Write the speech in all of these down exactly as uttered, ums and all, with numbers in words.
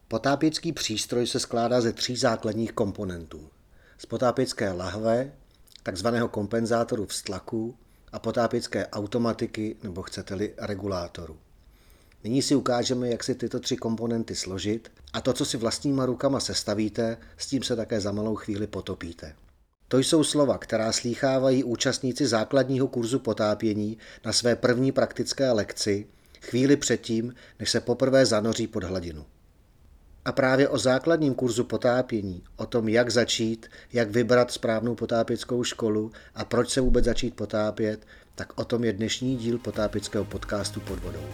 Potápěcký přístroj se skládá ze tří základních komponentů. Z potápěcké lahve, takzvaného kompenzátoru vztlaku a potápěcké automatiky, nebo chcete-li regulátoru. Nyní si ukážeme, jak si tyto tři komponenty složit a to, co si vlastníma rukama sestavíte, s tím se také za malou chvíli potopíte. To jsou slova, která slýchávají účastníci základního kurzu potápění na své první praktické lekci, chvíli předtím, než se poprvé zanoří pod hladinu. A právě o základním kurzu potápění, o tom, jak začít, jak vybrat správnou potápěckou školu a proč se vůbec začít potápět, tak o tom je dnešní díl potápěckého podcastu Pod vodou.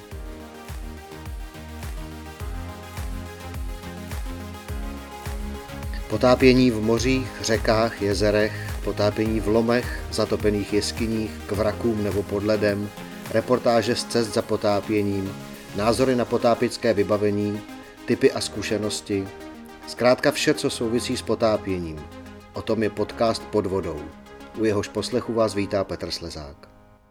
Potápění v mořích, řekách, jezerech, potápění v lomech, zatopených jeskyních, k vrakům nebo pod ledem, reportáže z cest za potápěním, názory na potápěcké vybavení, tipy a zkušenosti, zkrátka vše, co souvisí s potápěním. O tom je podcast Pod vodou. U jehož poslechu vás vítá Petr Slezák.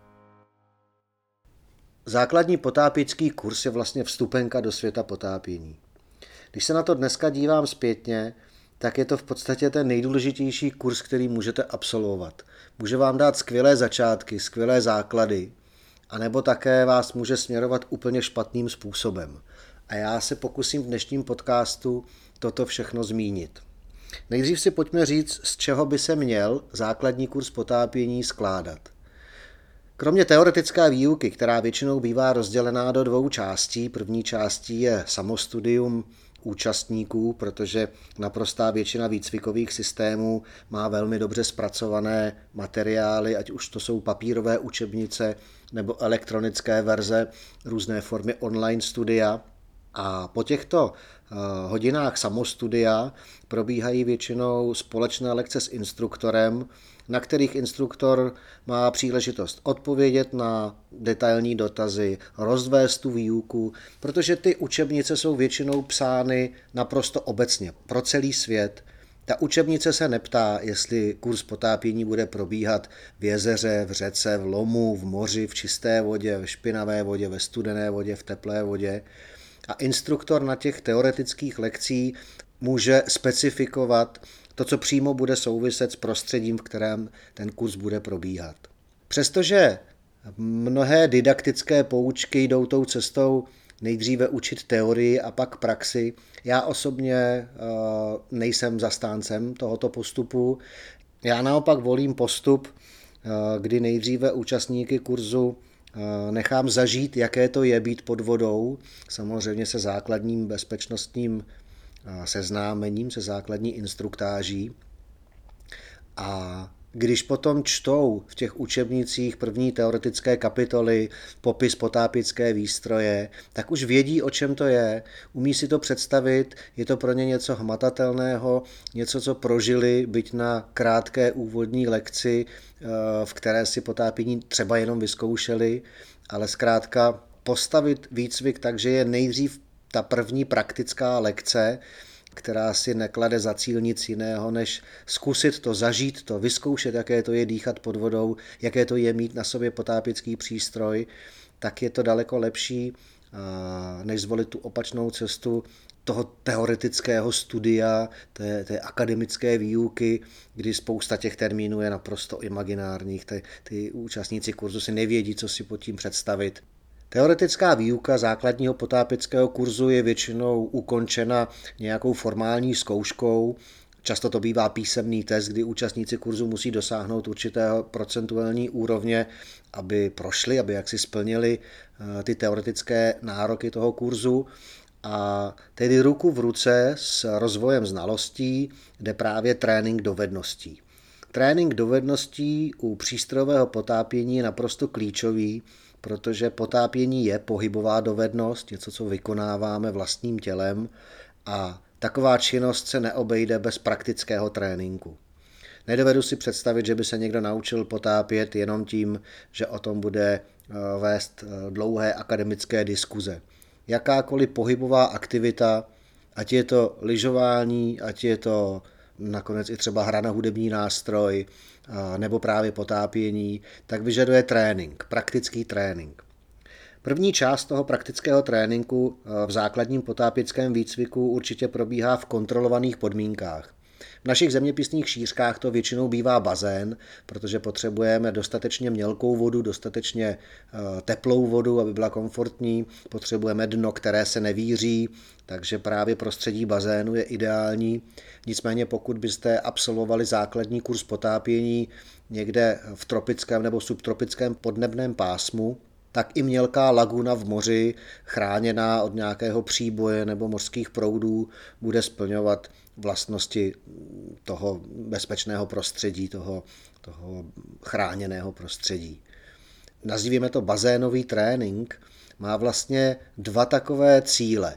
Základní potápěcký kurz je vlastně vstupenka do světa potápění. Když se na to dneska dívám zpětně, tak je to v podstatě ten nejdůležitější kurz, který můžete absolvovat. Může vám dát skvělé začátky, skvělé základy, anebo také vás může směrovat úplně špatným způsobem. A já se pokusím v dnešním podcastu toto všechno zmínit. Nejdřív si pojďme říct, z čeho by se měl základní kurz potápění skládat. Kromě teoretické výuky, která většinou bývá rozdělená do dvou částí, první částí je samostudium účastníků, protože naprostá většina výcvikových systémů má velmi dobře zpracované materiály, ať už to jsou papírové učebnice nebo elektronické verze, různé formy online studia. A po těchto hodinách samostudia probíhají většinou společné lekce s instruktorem, na kterých instruktor má příležitost odpovědět na detailní dotazy, rozvést tu výuku, protože ty učebnice jsou většinou psány naprosto obecně pro celý svět. Ta učebnice se neptá, jestli kurz potápění bude probíhat v jezeře, v řece, v lomu, v moři, v čisté vodě, v špinavé vodě, ve studené vodě, v teplé vodě. A instruktor na těch teoretických lekcích může specifikovat to, co přímo bude souviset s prostředím, v kterém ten kurz bude probíhat. Přestože mnohé didaktické poučky jdou tou cestou nejdříve učit teorii a pak praxi, já osobně nejsem zastáncem tohoto postupu. Já naopak volím postup, kdy nejdříve účastníky kurzu nechám zažít, jaké to je být pod vodou, samozřejmě se základním bezpečnostním seznámením, se základní instruktáží. A když potom čtou v těch učebnicích první teoretické kapitoly, popis potápěcké výstroje, tak už vědí, o čem to je, umí si to představit, je to pro ně něco hmatatelného, něco, co prožili, byť na krátké úvodní lekci, v které si potápění třeba jenom vyzkoušeli, ale zkrátka postavit výcvik tak, že je nejdřív ta první praktická lekce, která si neklade za cíl nic jiného, než zkusit to, zažít to, vyzkoušet, jaké to je dýchat pod vodou, jaké to je mít na sobě potápěcký přístroj, tak je to daleko lepší, než zvolit tu opačnou cestu toho teoretického studia, té, té akademické výuky, kdy spousta těch termínů je naprosto imaginárních. Ty, ty účastníci kurzu si nevědí, co si pod tím představit. Teoretická výuka základního potápěckého kurzu je většinou ukončena nějakou formální zkouškou. Často to bývá písemný test, kdy účastníci kurzu musí dosáhnout určitého procentuální úrovně, aby prošli, aby jaksi splnili ty teoretické nároky toho kurzu. A tedy ruku v ruce s rozvojem znalostí jde právě trénink dovedností. Trénink dovedností u přístrojového potápění je naprosto klíčový, protože potápění je pohybová dovednost, něco, co vykonáváme vlastním tělem a taková činnost se neobejde bez praktického tréninku. Nedovedu si představit, že by se někdo naučil potápět jenom tím, že o tom bude vést dlouhé akademické diskuze. Jakákoliv pohybová aktivita, ať je to lyžování, ať je to nakonec i třeba hra na hudební nástroj nebo právě potápění, tak vyžaduje trénink, praktický trénink. První část toho praktického tréninku v základním potápěckém výcviku určitě probíhá v kontrolovaných podmínkách. V našich zeměpisných šířkách to většinou bývá bazén, protože potřebujeme dostatečně mělkou vodu, dostatečně teplou vodu, aby byla komfortní, potřebujeme dno, které se nevíří, takže právě prostředí bazénu je ideální. Nicméně pokud byste absolvovali základní kurz potápění někde v tropickém nebo subtropickém podnebném pásmu, tak i mělká laguna v moři, chráněná od nějakého příboje nebo mořských proudů, bude splňovat vlastnosti toho bezpečného prostředí, toho, toho chráněného prostředí. Nazýváme to bazénový trénink, má vlastně dva takové cíle.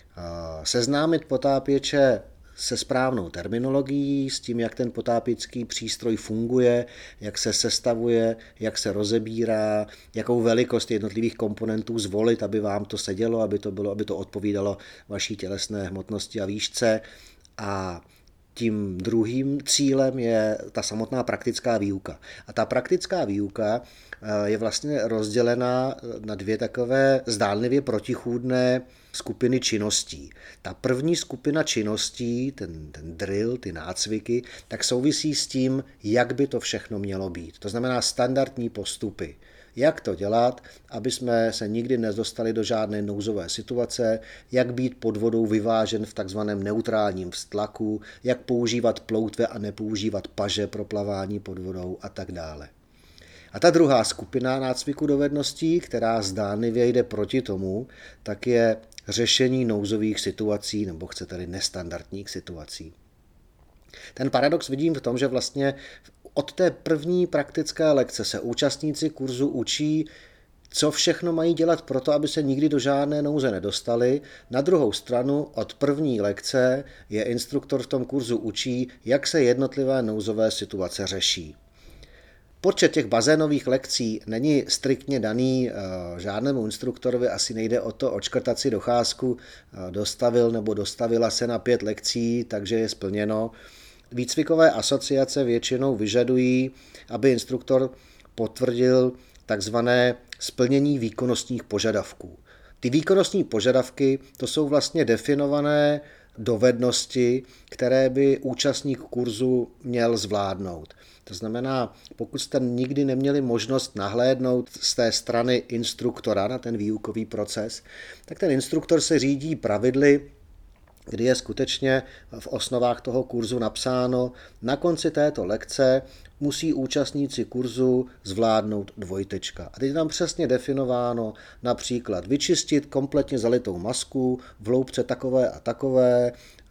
Seznámit potápěče se správnou terminologií, s tím, jak ten potápěcký přístroj funguje, jak se sestavuje, jak se rozebírá, jakou velikost jednotlivých komponentů zvolit, aby vám to sedělo, aby to bylo, aby to odpovídalo vaší tělesné hmotnosti a výšce. A tím druhým cílem je ta samotná praktická výuka. A ta praktická výuka je vlastně rozdělená na dvě takové zdánlivě protichůdné skupiny činností. Ta první skupina činností, ten, ten drill, ty nácviky, tak souvisí s tím, jak by to všechno mělo být. To znamená standardní postupy. Jak to dělat, aby jsme se nikdy nedostali do žádné nouzové situace, jak být pod vodou vyvážen v takzvaném neutrálním vztlaku, jak používat ploutve a nepoužívat paže pro plavání pod vodou a tak dále. A ta druhá skupina nácviku dovedností, která zdánlivě jde proti tomu, tak je řešení nouzových situací, nebo chcete-li nestandardních situací. Ten paradox vidím v tom, že vlastně od té první praktické lekce se účastníci kurzu učí, co všechno mají dělat pro to, aby se nikdy do žádné nouze nedostali. Na druhou stranu od první lekce je instruktor v tom kurzu učí, jak se jednotlivé nouzové situace řeší. Počet těch bazénových lekcí není striktně daný žádnému instruktorovi, asi nejde o to odškrtat si docházku, dostavil nebo dostavila se na pět lekcí, takže je splněno. Výcvikové asociace většinou vyžadují, aby instruktor potvrdil takzvané splnění výkonnostních požadavků. Ty výkonnostní požadavky to jsou vlastně definované dovednosti, které by účastník kurzu měl zvládnout. To znamená, pokud jste nikdy neměli možnost nahlédnout z té strany instruktora na ten výukový proces, tak ten instruktor se řídí pravidly, kdy je skutečně v osnovách toho kurzu napsáno, na konci této lekce musí účastníci kurzu zvládnout dvojtečka. A teď je tam přesně definováno například vyčistit kompletně zalitou masku v hloubce takové a takové,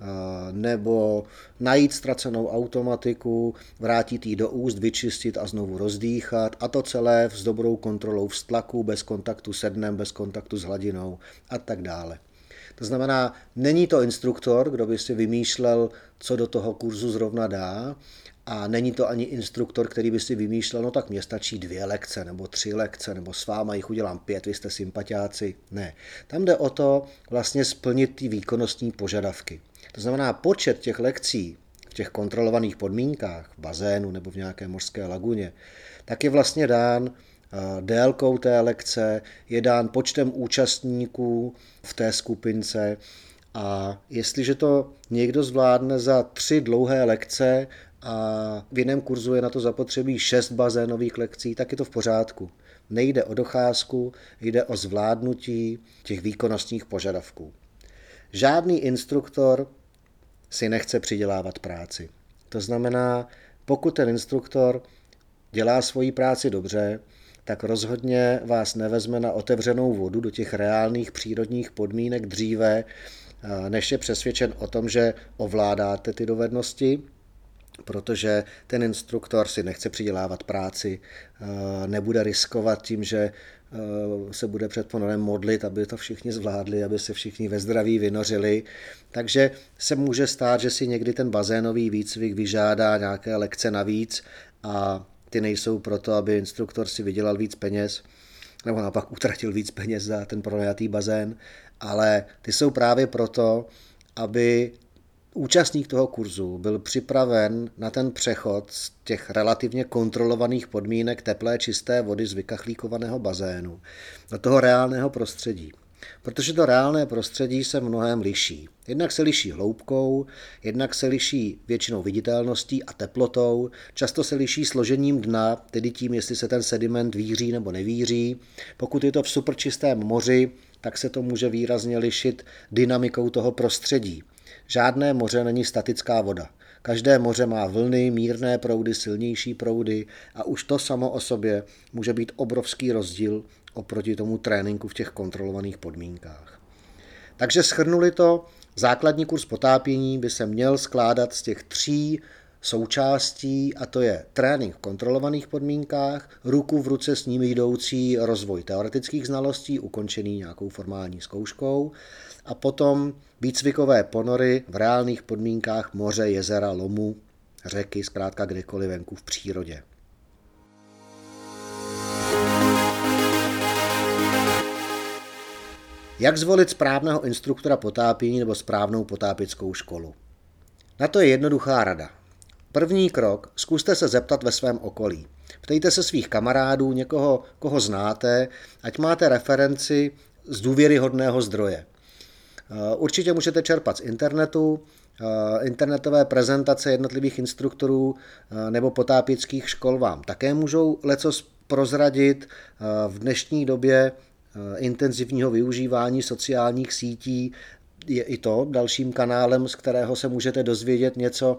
nebo najít ztracenou automatiku, vrátit ji do úst, vyčistit a znovu rozdýchat a to celé s dobrou kontrolou vztlaku, bez kontaktu se dnem, bez kontaktu s hladinou a tak dále. To znamená, není to instruktor, kdo by si vymýšlel, co do toho kurzu zrovna dá, a není to ani instruktor, který by si vymýšlel, no tak mě stačí dvě lekce, nebo tři lekce, nebo s váma jich udělám pět, vy jste sympatiáci. Ne. Tam jde o to vlastně splnit ty výkonnostní požadavky. To znamená, počet těch lekcí v těch kontrolovaných podmínkách, v bazénu nebo v nějaké mořské laguně, tak je vlastně dán délkou té lekce, je dán počtem účastníků v té skupince a jestliže to někdo zvládne za tři dlouhé lekce a v jiném kurzu je na to zapotřebí šest bazénových lekcí, tak je to v pořádku. Nejde o docházku, jde o zvládnutí těch výkonnostních požadavků. Žádný instruktor si nechce přidělávat práci. To znamená, pokud ten instruktor dělá svoji práci dobře, tak rozhodně vás nevezme na otevřenou vodu do těch reálných přírodních podmínek dříve, než je přesvědčen o tom, že ovládáte ty dovednosti, protože ten instruktor si nechce přidělávat práci, nebude riskovat tím, že se bude před ponorem modlit, aby to všichni zvládli, aby se všichni ve zdraví vynořili. Takže se může stát, že si někdy ten bazénový výcvik vyžádá nějaké lekce navíc a ty nejsou proto, aby instruktor si vydělal víc peněz, nebo naopak utratil víc peněz za ten pronajatý bazén, ale ty jsou právě proto, aby účastník toho kurzu byl připraven na ten přechod z těch relativně kontrolovaných podmínek teplé čisté vody z vykachlíkovaného bazénu do toho reálného prostředí. Protože to reálné prostředí se mnohem liší. Jednak se liší hloubkou, jednak se liší většinou viditelností a teplotou, často se liší složením dna, tedy tím, jestli se ten sediment víří nebo nevíří. Pokud je to v superčistém moři, tak se to může výrazně lišit dynamikou toho prostředí. Žádné moře není statická voda. Každé moře má vlny, mírné proudy, silnější proudy a už to samo o sobě může být obrovský rozdíl oproti tomu tréninku v těch kontrolovaných podmínkách. Takže shrnuli to, základní kurz potápění by se měl skládat z těch tří součástí, a to je trénink v kontrolovaných podmínkách, ruku v ruce s ním jdoucí rozvoj teoretických znalostí, ukončený nějakou formální zkouškou, a potom výcvikové ponory v reálných podmínkách moře, jezera, lomu, řeky, zkrátka kdekoliv venku v přírodě. Jak zvolit správného instruktora potápění nebo správnou potápěckou školu? Na to je jednoduchá rada. První krok, zkuste se zeptat ve svém okolí. Ptejte se svých kamarádů, někoho, koho znáte, ať máte referenci z důvěryhodného zdroje. Určitě můžete čerpat z internetu, internetové prezentace jednotlivých instruktorů nebo potápěckých škol vám také můžou lecos prozradit. V dnešní době intenzivního využívání sociálních sítí je i to dalším kanálem, z kterého se můžete dozvědět něco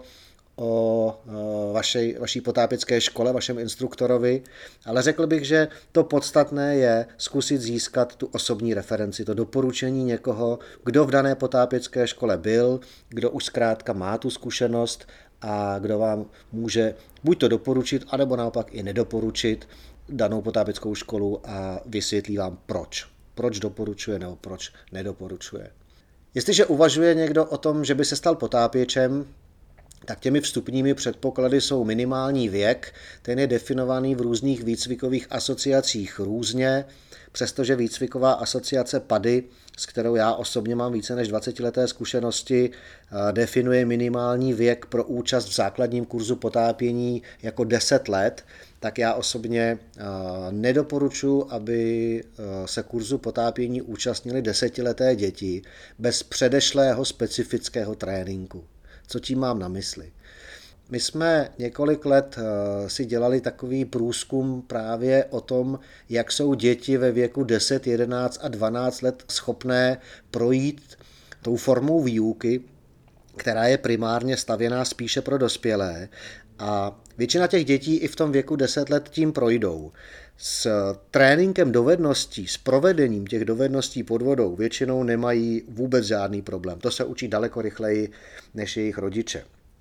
o vaší, vaší potápěcké škole, vašem instruktorovi, ale řekl bych, že to podstatné je zkusit získat tu osobní referenci, to doporučení někoho, kdo v dané potápěcké škole byl, kdo už zkrátka má tu zkušenost a kdo vám může buď to doporučit, anebo naopak i nedoporučit danou potápěckou školu a vysvětlí vám proč. Proč doporučuje nebo proč nedoporučuje. Jestliže uvažuje někdo o tom, že by se stal potápěčem, tak těmi vstupními předpoklady jsou minimální věk, ten je definovaný v různých výcvikových asociacích různě, přestože výcviková asociace PADI, s kterou já osobně mám více než dvacetileté zkušenosti, definuje minimální věk pro účast v základním kurzu potápění jako deset let, tak já osobně nedoporučuji, aby se kurzu potápění účastnili desetileté děti bez předešlého specifického tréninku. Co tím mám na mysli? My jsme několik let si dělali takový průzkum právě o tom, jak jsou děti ve věku deset, jedenáct a dvanáct let schopné projít tou formou výuky, která je primárně stavěná spíše pro dospělé. A většina těch dětí i v tom věku deset let tím projdou. S tréninkem dovedností, s provedením těch dovedností pod vodou většinou nemají vůbec žádný problém. To se učí daleko rychleji než jejich rodiče.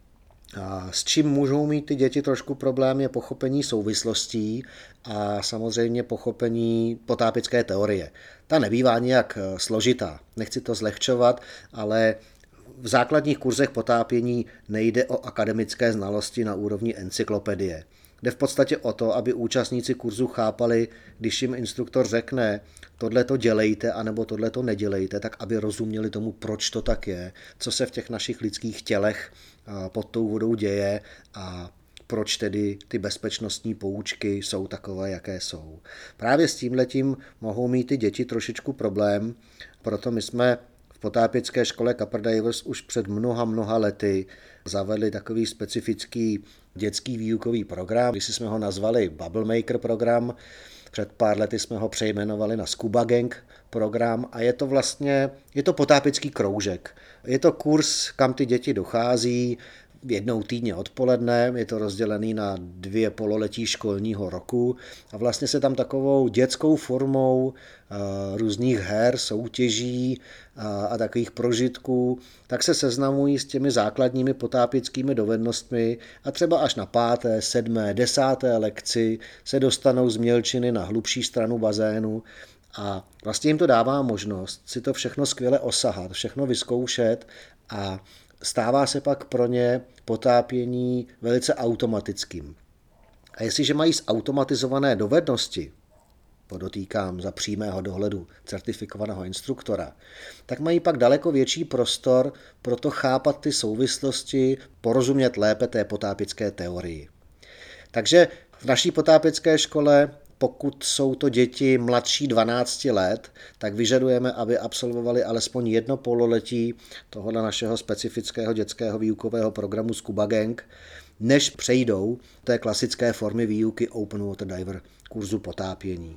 A s čím můžou mít ty děti trošku problém je pochopení souvislostí a samozřejmě pochopení potápěcké teorie. Ta nebývá nějak složitá, nechci to zlehčovat, ale v základních kurzech potápění nejde o akademické znalosti na úrovni encyklopedie. Jde v podstatě o to, aby účastníci kurzu chápali, když jim instruktor řekne, tohle to dělejte, anebo tohle to nedělejte, tak aby rozuměli tomu, proč to tak je, co se v těch našich lidských tělech pod tou vodou děje a proč tedy ty bezpečnostní poučky jsou takové, jaké jsou. Právě s tímhletím mohou mít ty děti trošičku problém, proto my jsme v potápěcké škole Capper Divers už před mnoha, mnoha lety zavedli takový specifický dětský výukový program, když jsme ho nazvali Bubble Maker program, před pár lety jsme ho přejmenovali na Scuba Gang program a je to vlastně, je to potápěcký kroužek. Je to kurz, kam ty děti dochází jednou týdně odpoledne, je to rozdělený na dvě pololetí školního roku a vlastně se tam takovou dětskou formou různých her, soutěží a takových prožitků, tak se seznamují s těmi základními potápěckými dovednostmi a třeba až na páté, sedmé, desáté lekci se dostanou z mělčiny na hlubší stranu bazénu a vlastně jim to dává možnost si to všechno skvěle osahat, všechno vyzkoušet a stává se pak pro ně potápění velice automatickým. A jestliže mají zautomatizované dovednosti, podotýkám za přímého dohledu certifikovaného instruktora, tak mají pak daleko větší prostor pro to chápat ty souvislosti, porozumět lépe té potápěcké teorii. Takže v naší potápěcké škole, pokud jsou to děti mladší dvanácti let, tak vyžadujeme, aby absolvovali alespoň jedno pololetí tohoto našeho specifického dětského výukového programu Scuba Gang, než přejdou té klasické formy výuky Open Water Diver kurzu potápění.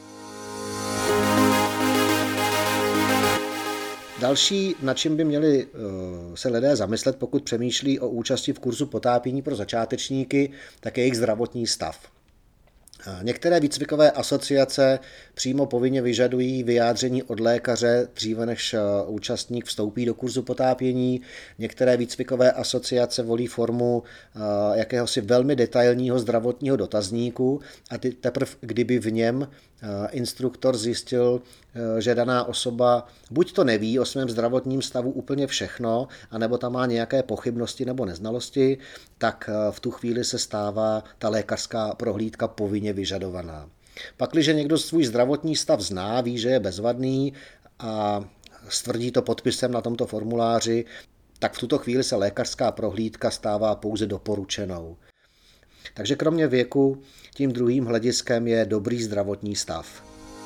Další, na čím by měli se lidé zamyslet, pokud přemýšlí o účasti v kurzu potápění pro začátečníky, tak je jejich zdravotní stav. Některé výcvikové asociace přímo povinně vyžadují vyjádření od lékaře dříve, než účastník vstoupí do kurzu potápění. Některé výcvikové asociace volí formu jakéhosi velmi detailního zdravotního dotazníku a teprve kdyby v něm instruktor zjistil, že daná osoba buď to neví o svém zdravotním stavu úplně všechno, anebo tam má nějaké pochybnosti nebo neznalosti, tak v tu chvíli se stává ta lékařská prohlídka povinně vyžadovaná. Pakliže někdo svůj zdravotní stav zná, ví, že je bezvadný a stvrdí to podpisem na tomto formuláři, tak v tuto chvíli se lékařská prohlídka stává pouze doporučenou. Takže kromě věku, tím druhým hlediskem je dobrý zdravotní stav.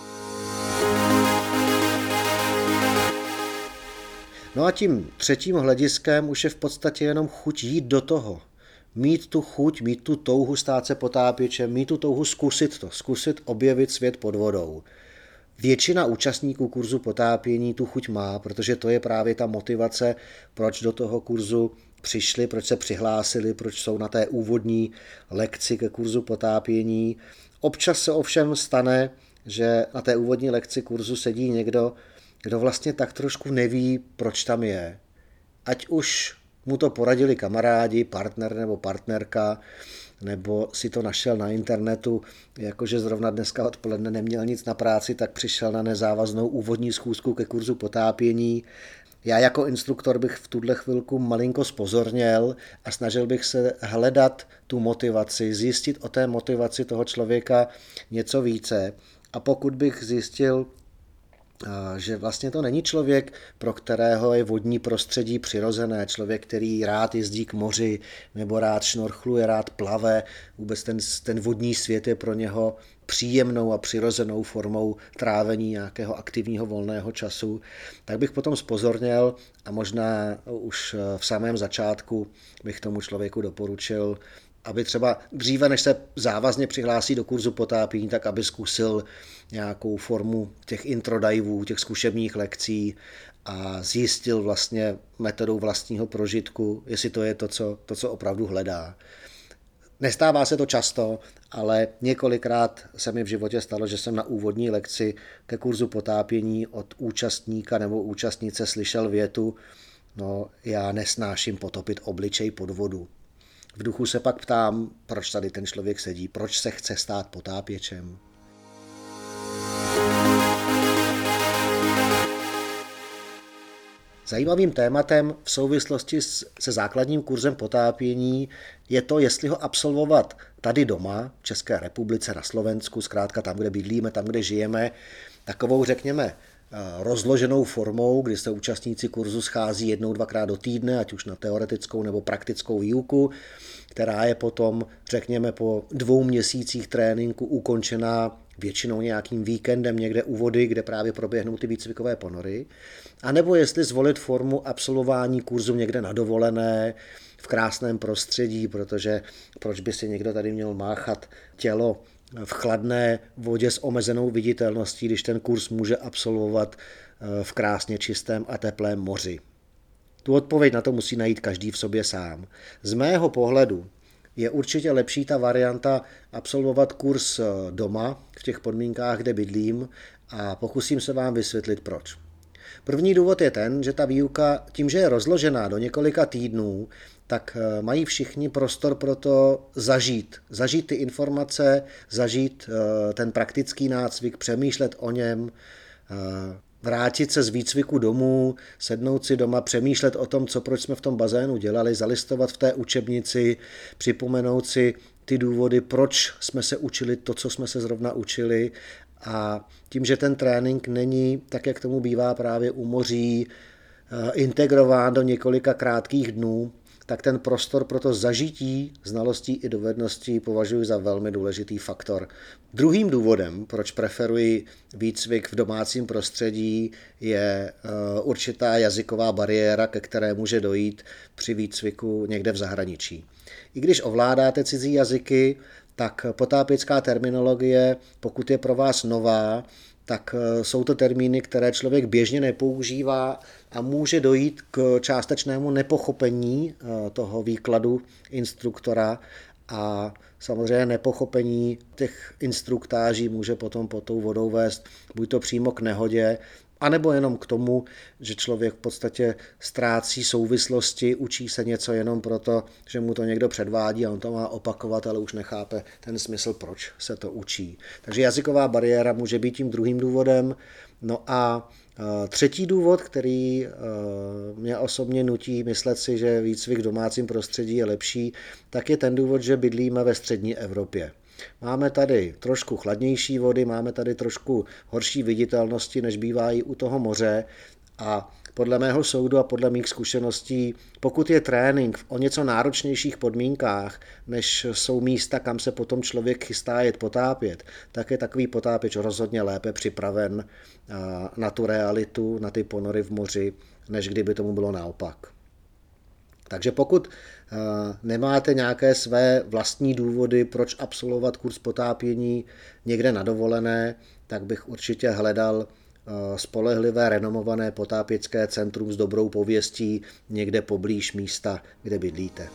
No a tím třetím hlediskem už je v podstatě jenom chuť jít do toho. Mít tu chuť, mít tu touhu stát se potápěčem, mít tu touhu zkusit to, zkusit objevit svět pod vodou. Většina účastníků kurzu potápění tu chuť má, protože to je právě ta motivace, proč do toho kurzu přišli, proč se přihlásili, proč jsou na té úvodní lekci ke kurzu potápění. Občas se ovšem stane, že na té úvodní lekci kurzu sedí někdo, kdo vlastně tak trošku neví, proč tam je. Ať už mu to poradili kamarádi, partner nebo partnerka, nebo si to našel na internetu, jakože zrovna dneska odpoledne neměl nic na práci, tak přišel na nezávaznou úvodní schůzku ke kurzu potápění. Já jako instruktor bych v tuhle chvilku malinko spozorněl a snažil bych se hledat tu motivaci, zjistit o té motivaci toho člověka něco více. A pokud bych zjistil, že vlastně to není člověk, pro kterého je vodní prostředí přirozené, člověk, který rád jezdí k moři, nebo rád šnorchluje, rád plave, vůbec ten, ten vodní svět je pro něho příjemnou a přirozenou formou trávení nějakého aktivního volného času, tak bych potom spozorněl a možná už v samém začátku bych tomu člověku doporučil, aby třeba dříve, než se závazně přihlásí do kurzu potápění, tak aby zkusil nějakou formu těch introdivů, těch zkušebních lekcí a zjistil vlastně metodou vlastního prožitku, jestli to je to, co, to, co opravdu hledá. Nestává se to často, ale několikrát se mi v životě stalo, že jsem na úvodní lekci ke kurzu potápění od účastníka nebo účastnice slyšel větu: no, já nesnáším potopit obličej pod vodu. V duchu se pak ptám, proč tady ten člověk sedí, proč se chce stát potápěčem. Zajímavým tématem v souvislosti se základním kurzem potápění je to, jestli ho absolvovat tady doma, v České republice, na Slovensku, zkrátka tam, kde bydlíme, tam, kde žijeme, takovou, řekněme, rozloženou formou, kdy se účastníci kurzu schází jednou, dvakrát do týdne, ať už na teoretickou nebo praktickou výuku, která je potom, řekněme, po dvou měsících tréninku ukončená většinou nějakým víkendem někde u vody, kde právě proběhnou ty výcvikové ponory, a nebo jestli zvolit formu absolvování kurzu někde na dovolené, v krásném prostředí, protože proč by si někdo tady měl máchat tělo v chladné vodě s omezenou viditelností, když ten kurz může absolvovat v krásně čistém a teplém moři. Tu odpověď na to musí najít každý v sobě sám. Z mého pohledu je určitě lepší ta varianta absolvovat kurz doma, v těch podmínkách, kde bydlím, a pokusím se vám vysvětlit proč. První důvod je ten, že ta výuka, tím, že je rozložená do několika týdnů, tak mají všichni prostor pro to zažít. Zažít ty informace, zažít ten praktický nácvik, přemýšlet o něm, vrátit se z výcviku domů, sednout si doma, přemýšlet o tom, co proč jsme v tom bazénu dělali, zalistovat v té učebnici, připomenout si ty důvody, proč jsme se učili to, co jsme se zrovna učili, A tím, že ten trénink není, tak jak tomu bývá právě u moří, integrován do několika krátkých dnů, tak ten prostor pro to zažití znalostí i dovedností považuji za velmi důležitý faktor. Druhým důvodem, proč preferuji výcvik v domácím prostředí, je určitá jazyková bariéra, ke které může dojít při výcviku někde v zahraničí. I když ovládáte cizí jazyky, tak potápěcká terminologie, pokud je pro vás nová, tak jsou to termíny, které člověk běžně nepoužívá a může dojít k částečnému nepochopení toho výkladu instruktora a samozřejmě nepochopení těch instruktáží může potom pod tou vodou vést buď to přímo k nehodě, anebo jenom k tomu, že člověk v podstatě ztrácí souvislosti, učí se něco jenom proto, že mu to někdo předvádí a on to má opakovat, ale už nechápe ten smysl, proč se to učí. Takže jazyková bariéra může být tím druhým důvodem. No a třetí důvod, který mě osobně nutí myslet si, že výcvik v domácím prostředí je lepší, tak je ten důvod, že bydlíme ve střední Evropě. Máme tady trošku chladnější vody, máme tady trošku horší viditelnosti, než bývají u toho moře a podle mého soudu a podle mých zkušeností, pokud je trénink v o něco náročnějších podmínkách, než jsou místa, kam se potom člověk chystá jet potápět, tak je takový potápěč rozhodně lépe připraven na tu realitu, na ty ponory v moři, než kdyby tomu bylo naopak. Takže pokud nemáte nějaké své vlastní důvody, proč absolvovat kurz potápění někde na dovolené, tak bych určitě hledal spolehlivé, renomované potápěcké centrum s dobrou pověstí někde poblíž místa, kde bydlíte.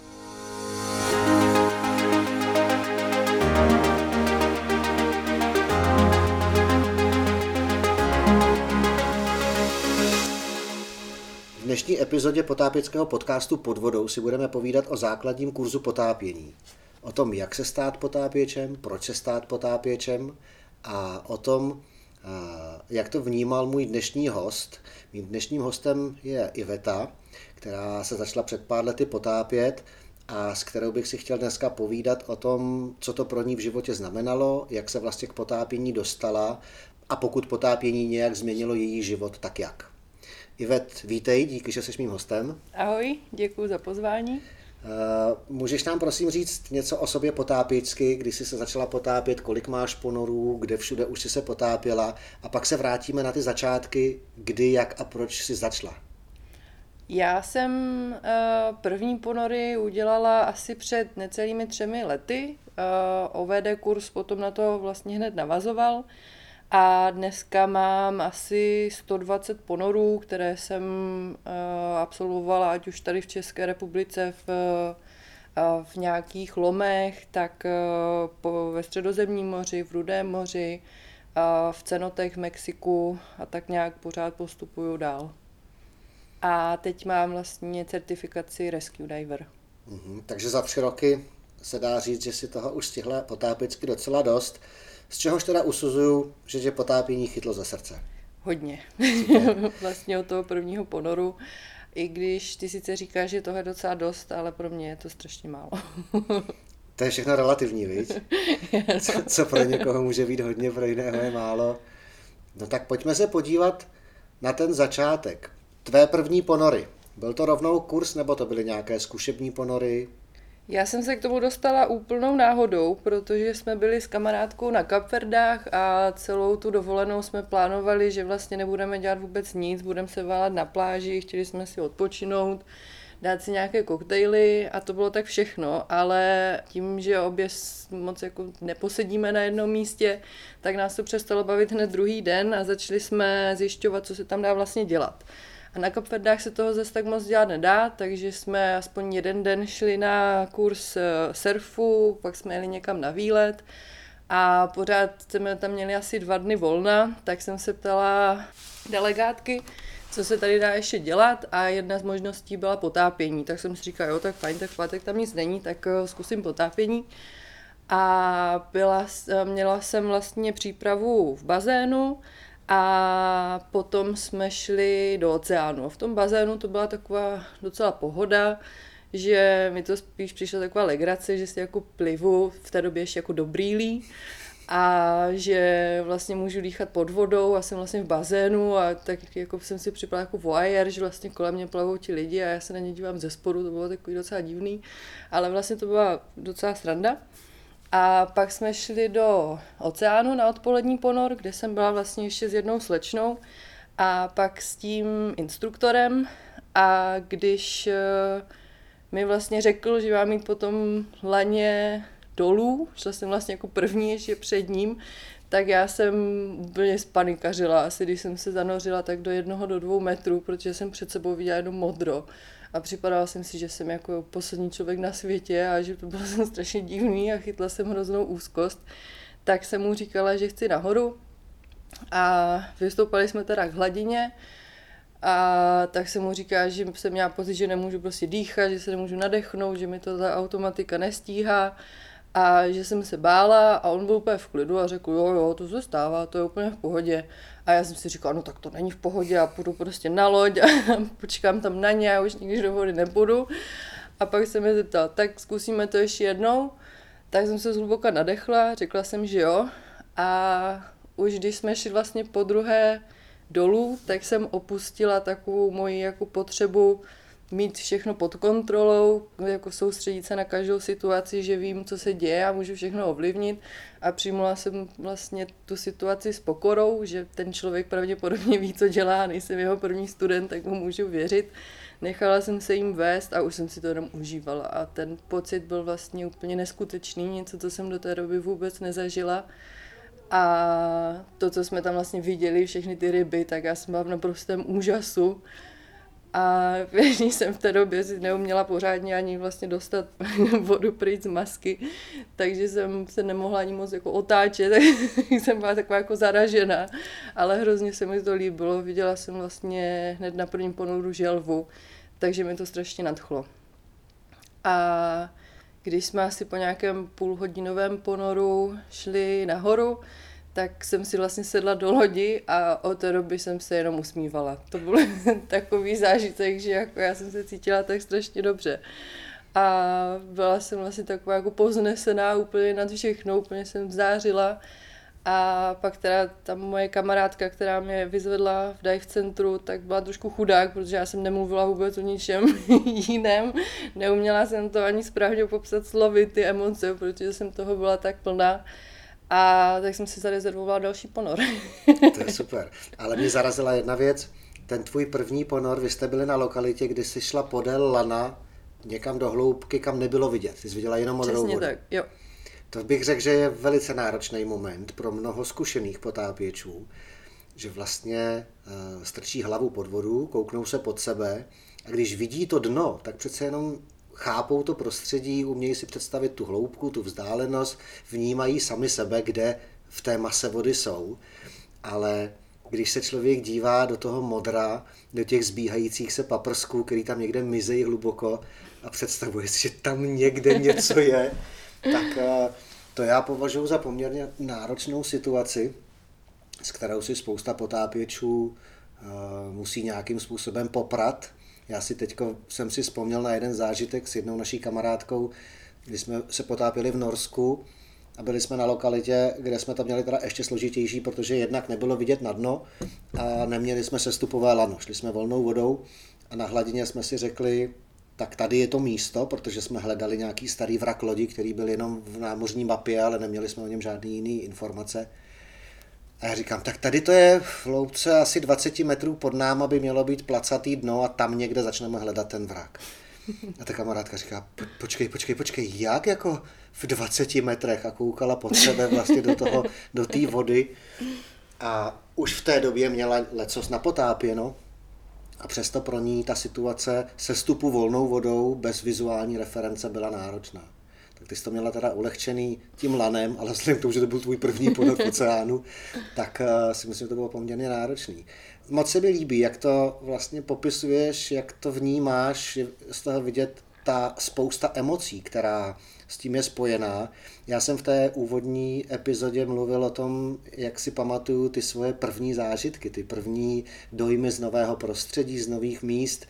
V dnešní epizodě potápěckého podcastu Pod vodou si budeme povídat o základním kurzu potápění. O tom, jak se stát potápěčem, proč se stát potápěčem a o tom, jak to vnímal můj dnešní host. Mým dnešním hostem je Iveta, která se začala před pár lety potápět a s kterou bych si chtěl dneska povídat o tom, co to pro ní v životě znamenalo, jak se vlastně k potápění dostala a pokud potápění nějak změnilo její život, tak jak. Ivet, vítej, díky, že jsi mým hostem. Ahoj, děkuji za pozvání. Můžeš nám prosím říct něco o sobě potápěčsky, kdy jsi se začala potápět, kolik máš ponorů, kde všude už jsi se potápěla a pak se vrátíme na ty začátky, kdy, jak a proč jsi začala. Já jsem první ponory udělala asi před necelými třemi lety. O V D kurz potom na to vlastně hned navazoval. A dneska mám asi sto dvacet ponorů, které jsem uh, absolvovala, ať už tady v České republice, v, uh, v nějakých lomech, tak uh, po, ve Středozemním moři, v Rudém moři, uh, v cenotech v Mexiku a tak nějak pořád postupuju dál. A teď mám vlastně certifikaci Rescue Diver. Mm-hmm, takže za tři roky se dá říct, že si toho už stihla potápěcky docela dost. Z čehož teda usuzuju, že tě potápění chytlo za srdce? Hodně. Vlastně od toho prvního ponoru. I když ty sice říkáš, že toho je docela dost, ale pro mě je to strašně málo. To je všechno relativní, viď? Co, co pro někoho může být hodně, pro jiného je málo. No tak pojďme se podívat na ten začátek. Tvé první ponory. Byl to rovnou kurz, nebo to byly nějaké zkušební ponory? Já jsem se k tomu dostala úplnou náhodou, protože jsme byli s kamarádkou na Kapverdách a celou tu dovolenou jsme plánovali, že vlastně nebudeme dělat vůbec nic, budeme se válet na pláži, chtěli jsme si odpočinout, dát si nějaké koktejly a to bylo tak všechno, ale tím, že obě moc jako neposedíme na jednom místě, tak nás to přestalo bavit hned druhý den a začali jsme zjišťovat, co se tam dá vlastně dělat. A na Kapverdách se toho zase tak moc dělat nedá, takže jsme aspoň jeden den šli na kurz surfu, pak jsme jeli někam na výlet a pořád jsme tam měli asi dva dny volna, tak jsem se ptala delegátky, co se tady dá ještě dělat a jedna z možností byla potápění. Tak jsem si říkala, jo, tak fajn, tak v pátek tam nic není, tak zkusím potápění. A byla, měla jsem vlastně přípravu v bazénu, a potom jsme šli do oceánu. A v tom bazénu to byla taková docela pohoda, že mi to spíš přišlo taková legrace, že si jako plivu v té době ještě jako do brýlí. a že vlastně můžu dýchat pod vodou a jsem vlastně v bazénu a tak jako jsem si připadala jako voyeur, že vlastně kolem mě plavou ti lidi a já se na ně dívám ze spodu, to bylo takový docela divný, ale vlastně to byla docela sranda. A pak jsme šli do oceánu na odpolední ponor, kde jsem byla vlastně ještě s jednou slečnou a pak s tím instruktorem a když mi vlastně řekl, že mám jít potom laně dolů, šla jsem vlastně jako první ještě před ním, tak já jsem úplně spanikařila. Asi když jsem se zanořila tak do jednoho, do dvou metrů, protože jsem před sebou viděla jenom modro. A připadala jsem si, že jsem jako poslední člověk na světě a že to bylo jsem strašně divný a chytla jsem hroznou úzkost. Tak jsem mu říkala, že chci nahoru a vystoupali jsme teda k hladině. A tak jsem mu říká, že jsem měla pocit, že nemůžu prostě dýchat, že se nemůžu nadechnout, že mi to ta automatika nestíhá a že jsem se bála a on byl úplně v klidu a řekl, jo, jo, to se stává, to je úplně v pohodě. A já jsem si říkala, no tak to není v pohodě a půjdu prostě na loď a počkám tam na ně, já už nikdy do vody nepůjdu. A pak jsem mě zeptala, tak zkusíme to ještě jednou. Tak jsem se zhluboka nadechla, řekla jsem, že jo. A už když jsme šli vlastně po druhé dolů, tak jsem opustila takovou moji jako potřebu mít všechno pod kontrolou, jako soustředit se na každou situaci, že vím, co se děje a můžu všechno ovlivnit a přijmula jsem vlastně tu situaci s pokorou, že ten člověk pravděpodobně ví, co dělá, nejsem jeho první student, tak mu můžu věřit. Nechala jsem se jim vést a už jsem si to jenom užívala a ten pocit byl vlastně úplně neskutečný, něco, co jsem do té doby vůbec nezažila. A to, co jsme tam vlastně viděli, všechny ty ryby, tak já jsem byla v naprostém úžasu. A když jsem v té době si neuměla pořádně ani vlastně dostat vodu pryč z masky, takže jsem se nemohla ani moc jako otáčet, tak jsem byla taková jako zaražená. Ale hrozně se mi to líbilo, viděla jsem vlastně hned na prvním ponoru želvu, takže mi to strašně nadchlo. A když jsme asi po nějakém půlhodinovém ponoru šli nahoru, tak jsem si vlastně sedla do lodi a od té doby jsem se jenom usmívala. To byl takový zážitek, že jako já jsem se cítila tak strašně dobře. A byla jsem vlastně taková jako povznesená úplně nad všechno, úplně jsem zářila. A pak teda ta moje kamarádka, která mě vyzvedla v dive centru, tak byla trošku chudák, protože já jsem nemluvila vůbec o ničem jiném. Neuměla jsem to ani správně popsat slovy, ty emoce, protože jsem toho byla tak plná. A tak jsem si zarezervovala další ponor. To je super. Ale mě zarazila jedna věc. Ten tvůj první ponor, vy jste byli na lokalitě, kdy jsi šla podél lana někam do hloubky, kam nebylo vidět. Ty jsi viděla jenom modrou vodu. Přesně tak, jo. To bych řekl, že je velice náročný moment pro mnoho zkušených potápěčů, že vlastně uh, strčí hlavu pod vodu, kouknou se pod sebe a když vidí to dno, tak přece jenom chápou to prostředí, umějí si představit tu hloubku, tu vzdálenost, vnímají sami sebe, kde v té mase vody jsou, ale když se člověk dívá do toho modra, do těch zbíhajících se paprsků, který tam někde mizejí hluboko a představuje si, že tam někde něco je, tak to já považuji za poměrně náročnou situaci, s kterou si spousta potápěčů musí nějakým způsobem poprat. Já si teďko jsem si vzpomněl na jeden zážitek s jednou naší kamarádkou, kdy jsme se potápěli v Norsku a byli jsme na lokalitě, kde jsme to měli teda ještě složitější, protože jednak nebylo vidět na dno a neměli jsme sestupové lano. Šli jsme volnou vodou a na hladině jsme si řekli, tak tady je to místo, protože jsme hledali nějaký starý vrak lodi, který byl jenom v námořní mapě, ale neměli jsme o něm žádný jiný informace. A já říkám, tak tady to je v hloubce asi dvacet metrů pod náma by mělo být placatý dno a tam někde začneme hledat ten vrak. A ta kamarádka říká, počkej, počkej, počkej, jak jako v dvaceti metrech a koukala pod sebe vlastně do toho, do té vody a už v té době měla lecos napotápěno a přesto pro ní ta situace sestupu volnou vodou bez vizuální reference byla náročná. Tak ty jsi to měla teda ulehčený tím lanem, ale vzhledem k tomu, že to byl tvůj první ponor v oceánu, tak uh, si myslím, že to bylo poměrně náročný. Moc se mi líbí, jak to vlastně popisuješ, jak to vnímáš, je z toho vidět ta spousta emocí, která s tím je spojená. Já jsem v té úvodní epizodě mluvil o tom, jak si pamatuju ty svoje první zážitky, ty první dojmy z nového prostředí, z nových míst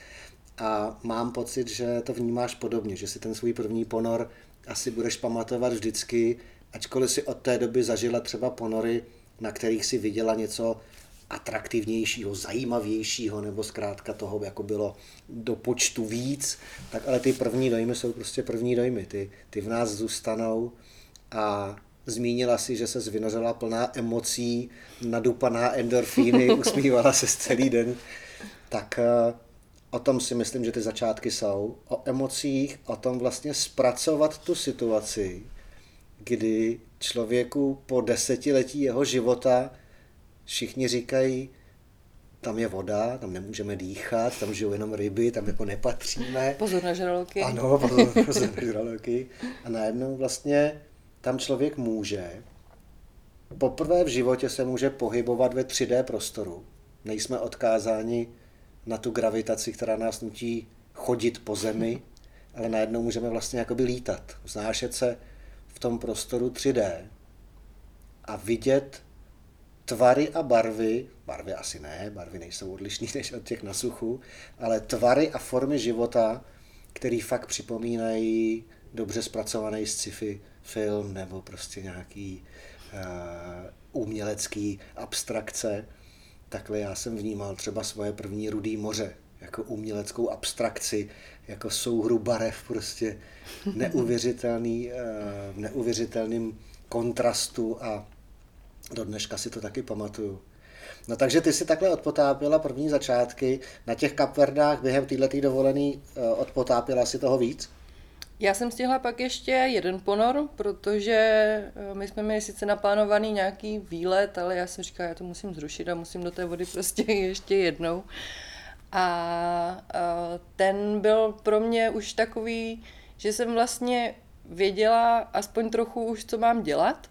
a mám pocit, že to vnímáš podobně, že si ten svůj první ponor asi budeš pamatovat vždycky ačkoliv si od té doby zažila třeba ponory, na kterých si viděla něco atraktivnějšího, zajímavějšího, nebo zkrátka toho jako bylo do počtu víc, tak ale ty první dojmy jsou prostě první dojmy. Ty, ty v nás zůstanou a zmínila si, že se vynořila plná emocí, nadupaná endorfíny, usmívala se celý den. Tak o tom si myslím, že ty začátky jsou. O emocích, o tom vlastně zpracovat tu situaci, kdy člověku po desetiletí jeho života všichni říkají, tam je voda, tam nemůžeme dýchat, tam žijou jenom ryby, tam jako nepatříme. Pozor na žraloky. Ano, pozor, pozor na žraloky. A najednou vlastně tam člověk může, poprvé v životě se může pohybovat ve tři dé prostoru. Nejsme odkázáni na tu gravitaci, která nás nutí chodit po zemi, ale najednou můžeme vlastně jakoby lítat, vznášet se v tom prostoru tři dé a vidět tvary a barvy, barvy asi ne, barvy nejsou odlišný než od těch na suchu, ale tvary a formy života, který fakt připomínají dobře zpracovaný sci-fi film nebo prostě nějaký uh, umělecký abstrakce. Takhle já jsem vnímal třeba svoje první Rudý moře, jako uměleckou abstrakci, jako souhru barev, prostě neuvěřitelný, uh, neuvěřitelným kontrastu a do dneška si to taky pamatuju. No takže ty si takhle odpotápěla první začátky. Na těch Kapverdách během této dovolený odpotápěla si toho víc? Já jsem stihla pak ještě jeden ponor, protože my jsme měli sice naplánovaný nějaký výlet, ale já jsem říkala, já to musím zrušit a musím do té vody prostě ještě jednou. A ten byl pro mě už takový, že jsem vlastně věděla aspoň trochu už, co mám dělat.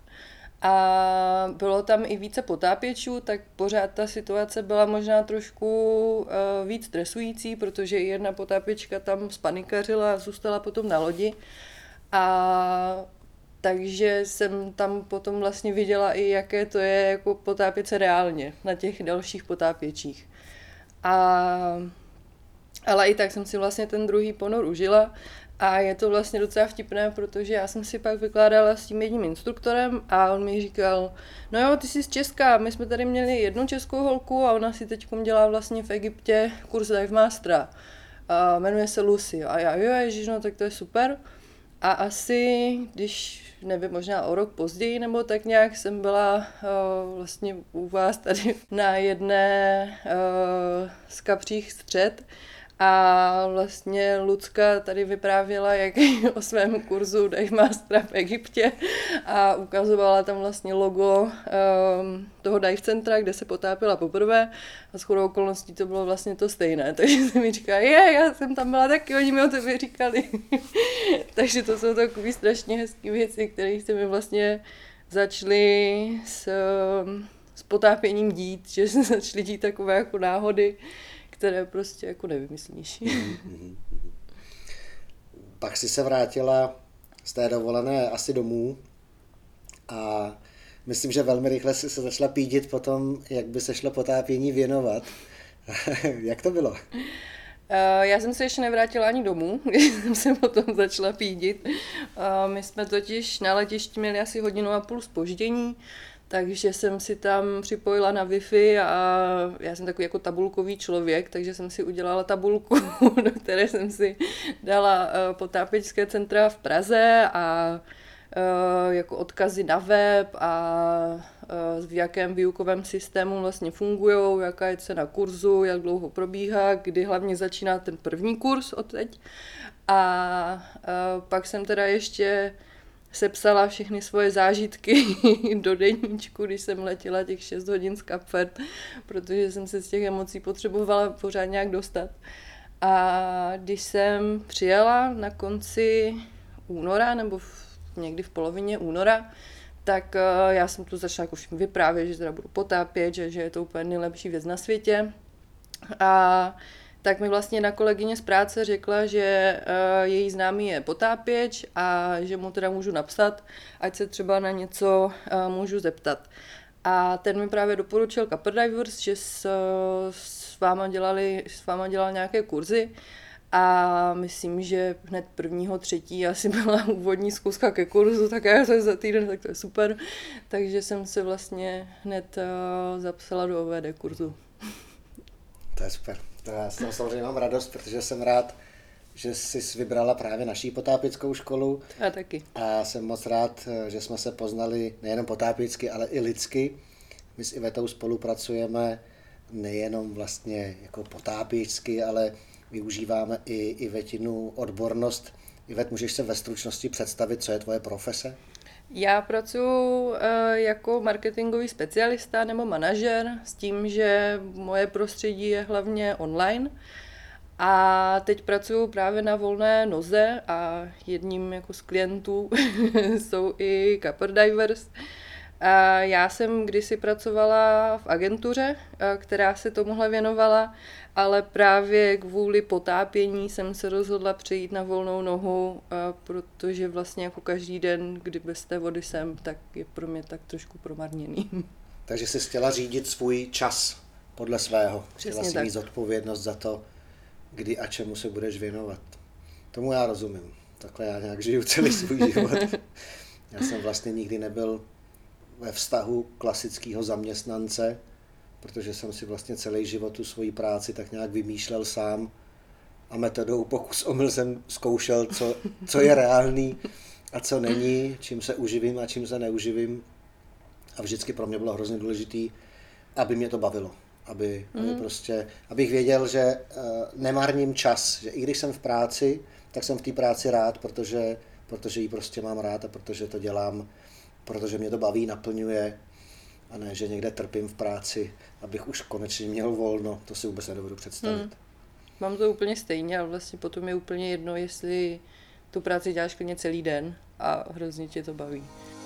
A bylo tam i více potápěčů, tak pořád ta situace byla možná trošku uh, víc stresující, protože jedna potápěčka tam spanikařila a zůstala potom na lodi. A takže jsem tam potom vlastně viděla i, jaké to je jako potápět se reálně na těch dalších potápěčích. A, ale i tak jsem si vlastně ten druhý ponor užila. A je to vlastně docela vtipné, protože já jsem si pak vykládala s tím jedním instruktorem a on mi říkal, no jo, ty jsi z Česka, my jsme tady měli jednu českou holku a ona si teď dělá vlastně v Egyptě kurz Dive Mastera. A jmenuje se Lucy. A já, jo, ježiš, no tak to je super. A asi, když, nevím, možná o rok později, nebo tak nějak jsem byla uh, vlastně u vás tady na jedné uh, z kapřích střed. A vlastně Lucka tady vyprávěla, jak o svém kurzu Dive Mastera v Egyptě a ukazovala tam vlastně logo um, toho dive centra, kde se potápěla poprvé a shodou okolností to bylo vlastně to stejné. Takže se mi říká, je, já jsem tam byla taky, oni mi o tebe říkali. Takže to jsou takové strašně hezké věci, které se mi vlastně začaly s, s potápěním dít, že se začaly dít takové jako náhody, které prostě jako nevymyslíš. Pak si se vrátila z té dovolené asi domů a myslím, že velmi rychle si se začala pídit potom, jak by se šlo potápění věnovat. Jak to bylo? Já jsem se ještě nevrátila ani domů, když jsem se potom začala pídit. My jsme totiž na letišti měli asi hodinu a půl zpoždění, takže jsem si tam připojila na Wi-Fi a já jsem takový jako tabulkový člověk, takže jsem si udělala tabulku, do které jsem si dala potápěčské centra v Praze a jako odkazy na web a v jakém výukovém systému vlastně fungujou, jaká je cena kurzu, jak dlouho probíhá, kdy hlavně začíná ten první kurz od teď. A pak jsem teda ještě sepsala všechny svoje zážitky do deníčku, když jsem letěla těch šest hodin z Kapverd, protože jsem se z těch emocí potřebovala pořád nějak dostat. A když jsem přijela na konci února, nebo v, někdy v polovině února, tak uh, já jsem tu začala jako všem vyprávět, že teda budu potápět, že, že je to úplně nejlepší věc na světě. A tak mi vlastně na kolegyně z práce řekla, že uh, její známý je potápěč a že mu teda můžu napsat, ať se třeba na něco uh, můžu zeptat. A ten mi právě doporučil Kapper Divers, že s, s, váma dělali, s váma dělal nějaké kurzy A myslím, že hned prvního třetí asi byla úvodní zkouška ke kurzu, tak já jsem za týden, tak to je super. Takže jsem se vlastně hned uh, zapsala do O V D kurzu. To je super. To já s toho samozřejmě mám radost, protože jsem rád, že jsi vybrala právě naší potápěckou školu. A taky. A jsem moc rád, že jsme se poznali nejenom potápěcky, ale i lidsky. My s Ivetou spolupracujeme nejenom vlastně jako potápěčsky, ale využíváme i Ivetinu odbornost. Ivet, můžeš se ve stručnosti představit, co je tvoje profese? Já pracuji jako marketingový specialista nebo manažer s tím, že moje prostředí je hlavně online. A teď pracuji právě na volné noze a jedním jako z klientů jsou i Copper Divers. A já jsem kdysi pracovala v agentuře, která se tomuhle věnovala, ale právě kvůli potápění jsem se rozhodla přejít na volnou nohu, protože vlastně jako každý den, kdy bez té vody jsem, tak je pro mě tak trošku promarněný. Takže jsi chtěla řídit svůj čas podle svého. Přesně chtěla si tak. mít zodpovědnost za to, kdy a čemu se budeš věnovat. Tomu já rozumím. Takhle já nějak žiju celý svůj život. Já jsem vlastně nikdy nebyl ve vztahu klasického zaměstnance, protože jsem si vlastně celý život tu svoji práci tak nějak vymýšlel sám a metodou pokus omyl jsem zkoušel, co, co je reálný a co není, čím se uživím a čím se neuživím. A vždycky pro mě bylo hrozně důležitý, aby mě to bavilo. Aby, mm. aby prostě, abych věděl, že uh, nemárním čas, že i když jsem v práci, tak jsem v té práci rád, protože, protože ji prostě mám rád a protože to dělám, protože mě to baví, naplňuje a ne, že někde trpím v práci, abych už konečně měl volno, to si vůbec nedovedu představit. Mm. Mám to úplně stejně, ale vlastně potom je úplně jedno, jestli tu práci děláš klidně celý den a hrozně tě to baví.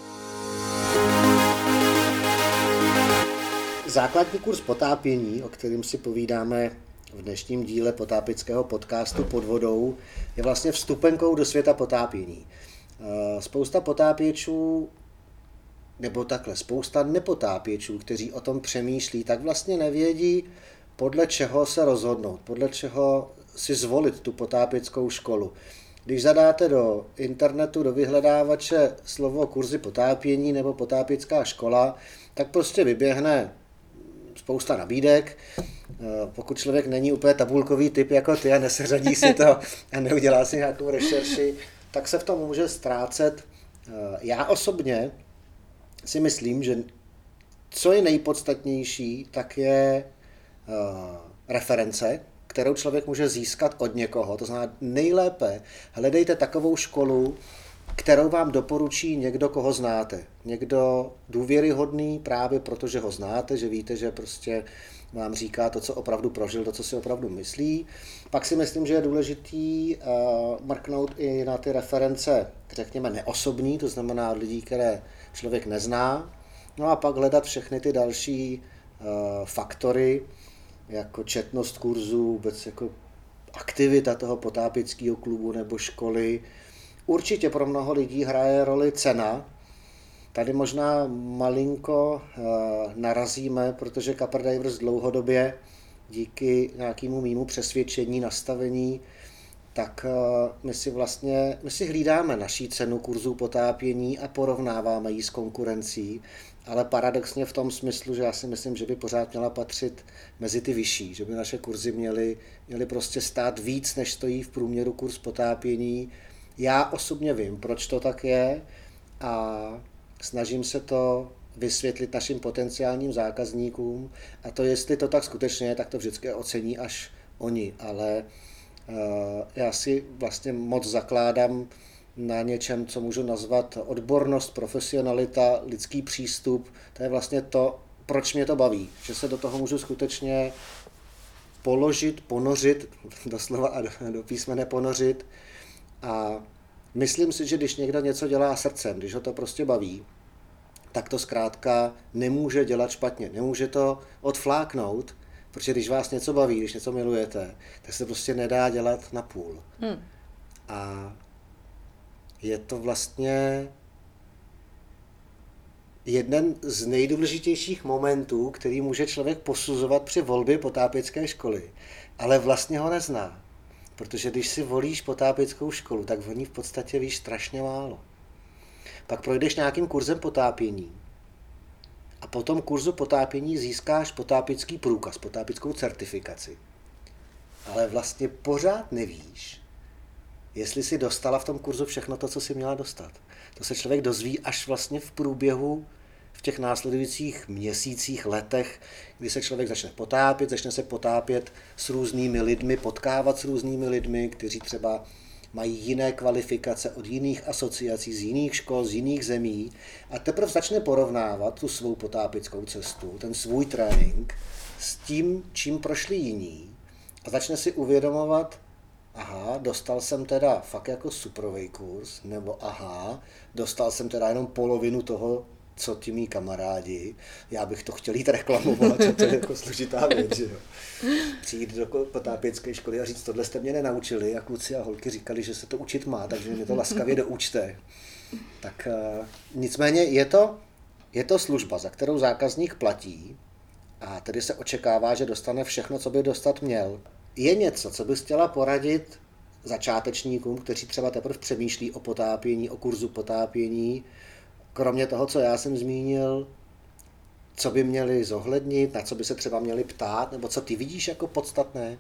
Základní kurz potápění, o kterém si povídáme v dnešním díle potápěckého podcastu Pod vodou, je vlastně vstupenkou do světa potápění. Spousta potápěčů, nebo takhle, spousta nepotápěčů, kteří o tom přemýšlí, tak vlastně nevědí, podle čeho se rozhodnout, podle čeho si zvolit tu potápěckou školu. Když zadáte do internetu, do vyhledávače slovo kurzy potápění nebo potápěcká škola, tak prostě vyběhne spousta nabídek. Pokud člověk není úplně tabulkový typ jako ty a neseřadí si to a neudělá si nějakou rešerši, tak se v tom může ztrácet. Já osobně si myslím, že co je nejpodstatnější, tak je reference, kterou člověk může získat od někoho. To znamená nejlépe hledejte takovou školu, kterou vám doporučí někdo, koho znáte. Někdo důvěryhodný právě protože ho znáte, že víte, že prostě vám říká to, co opravdu prožil, to, co si opravdu myslí. Pak si myslím, že je důležitý uh, mrknout i na ty reference, řekněme, neosobní, to znamená od lidí, které člověk nezná. No a pak hledat všechny ty další uh, faktory, jako četnost kurzů, vůbec jako aktivita toho potápěckého klubu nebo školy. Určitě pro mnoho lidí hraje roli cena. Tady možná malinko uh, narazíme, protože Copper Divers dlouhodobě díky nějakému mýmu přesvědčení, nastavení, tak uh, my si vlastně, my si hlídáme naší cenu kurzů potápění a porovnáváme ji s konkurencí, ale paradoxně v tom smyslu, že já si myslím, že by pořád měla patřit mezi ty vyšší, že by naše kurzy měly, měly prostě stát víc, než stojí v průměru kurz potápění. Já osobně vím, proč to tak je a snažím se to vysvětlit našim potenciálním zákazníkům a to, jestli to tak skutečně je, tak to vždycky ocení až oni, ale uh, já si vlastně moc zakládám na něčem, co můžu nazvat odbornost, profesionalita, lidský přístup. To je vlastně to, proč mě to baví, že se do toho můžu skutečně položit, ponořit, doslova a do, do písmene ponořit. A myslím si, že když někdo něco dělá srdcem, když ho to prostě baví, tak to zkrátka nemůže dělat špatně, nemůže to odfláknout, protože když vás něco baví, když něco milujete, tak se prostě nedá dělat na půl. Hmm. A je to vlastně jeden z nejdůležitějších momentů, který může člověk posuzovat při volbě potápěcké školy, ale vlastně ho nezná. Protože když si volíš potápěckou školu, tak o ní v podstatě víš strašně málo. Pak projdeš nějakým kurzem potápění a po tom kurzu potápění získáš potápěcký průkaz, potápěckou certifikaci. Ale vlastně pořád nevíš, jestli si dostala v tom kurzu všechno to, co si měla dostat. To se člověk dozví až vlastně v průběhu v těch následujících měsících, letech, kdy se člověk začne potápět, začne se potápět s různými lidmi, potkávat s různými lidmi, kteří třeba mají jiné kvalifikace od jiných asociací, z jiných škol, z jiných zemí a teprve začne porovnávat tu svou potápěckou cestu, ten svůj trénink s tím, čím prošli jiní a začne si uvědomovat, aha, dostal jsem teda fakt jako suprovej kurz, nebo aha, dostal jsem teda jenom polovinu toho, co ti mý kamarádi, já bych to chtěl jít reklamovat, to je jako složitá věc, že jo. Přijít do potápěcké školy a říct, tohle jste mě nenaučili a kluci a holky říkali, že se to učit má, takže mě to laskavě doučte. Tak uh, nicméně je to, je to služba, za kterou zákazník platí a tedy se očekává, že dostane všechno, co by dostat měl. Je něco, co bys chtěla poradit začátečníkům, kteří třeba teprve přemýšlí o potápění, o kurzu potápění, kromě toho, co já jsem zmínil, co by měli zohlednit, na co by se třeba měli ptát, nebo co ty vidíš jako podstatné?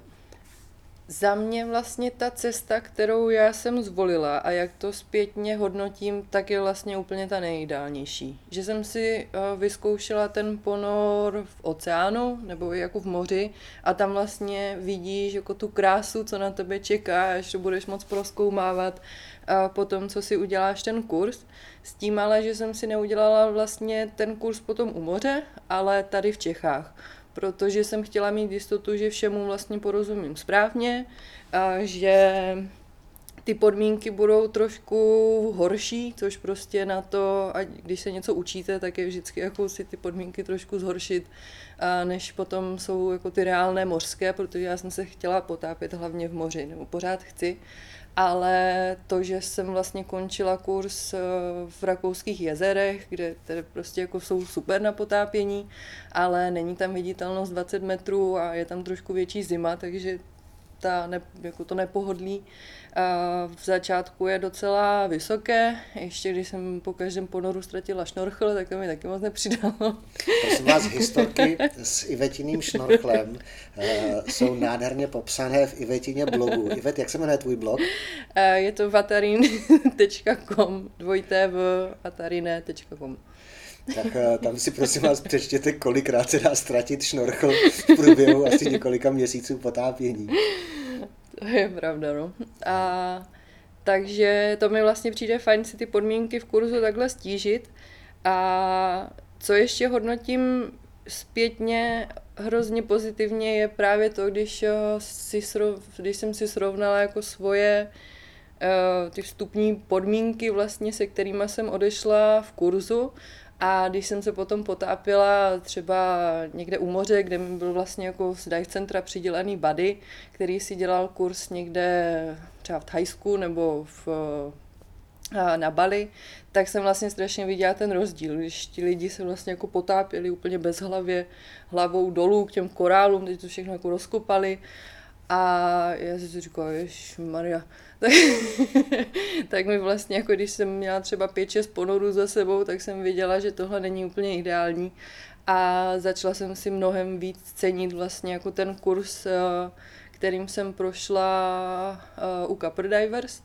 Za mě vlastně ta cesta, kterou já jsem zvolila a jak to zpětně hodnotím, tak je vlastně úplně ta nejideálnější. Že jsem si vyzkoušela ten ponor v oceánu nebo jako v moři a tam vlastně vidíš jako tu krásu, co na tebe čeká, až to budeš moc prozkoumávat a potom, co si uděláš ten kurz. S tím ale, že jsem si neudělala vlastně ten kurz potom u moře, ale tady v Čechách. Protože jsem chtěla mít jistotu, že všemu vlastně porozumím správně, a že ty podmínky budou trošku horší, což prostě na to, ať když se něco učíte, tak je vždycky jako si ty podmínky trošku zhoršit, a než potom jsou jako ty reálné mořské, protože já jsem se chtěla potápět hlavně v moři, nebo pořád chci. Ale to, že jsem vlastně končila kurz v rakouských jezerech, kde tedy prostě jako jsou super na potápění, ale není tam viditelnost dvacet metrů a je tam trošku větší zima, takže ta ne, jako to nepohodlí v začátku je docela vysoké. Ještě když jsem po každém ponoru ztratila šnorchl, tak to mi taky moc nepřidalo. Prosím vás, historky s Ivetiným šnorchlem uh, jsou nádherně popsané v Ivetině blogu. Ivet, jak se jmenuje tvůj blog? Uh, je to vatarin tečka com, dvojité v vatarine tečka com. Tak uh, tam si prosím vás přečtěte, kolikrát se dá ztratit šnorchl v průběhu asi několika měsíců potápění. To je pravda, no. A takže to mi vlastně přijde fajn si ty podmínky v kurzu takhle stížit. A co ještě hodnotím zpětně hrozně pozitivně je právě to, když, si srov, když jsem si srovnala jako svoje ty vstupní podmínky vlastně, se kterými jsem odešla v kurzu. A když jsem se potom potápila třeba někde u moře, kde mi byl vlastně jako z dive centra přidělený buddy, který si dělal kurz někde třeba v Thajsku nebo v, na Bali, tak jsem vlastně strašně viděla ten rozdíl, když ti lidi se vlastně jako potápěli úplně bezhlavě, hlavou dolů k těm korálům, teď to všechno jako rozkopali. A já si si říkala, ježišmarja, tak, tak mi vlastně, jako když jsem měla třeba pět šest ponorů za sebou, tak jsem viděla, že tohle není úplně ideální. A začala jsem si mnohem víc cenit vlastně jako ten kurz, kterým jsem prošla u Copper Divers.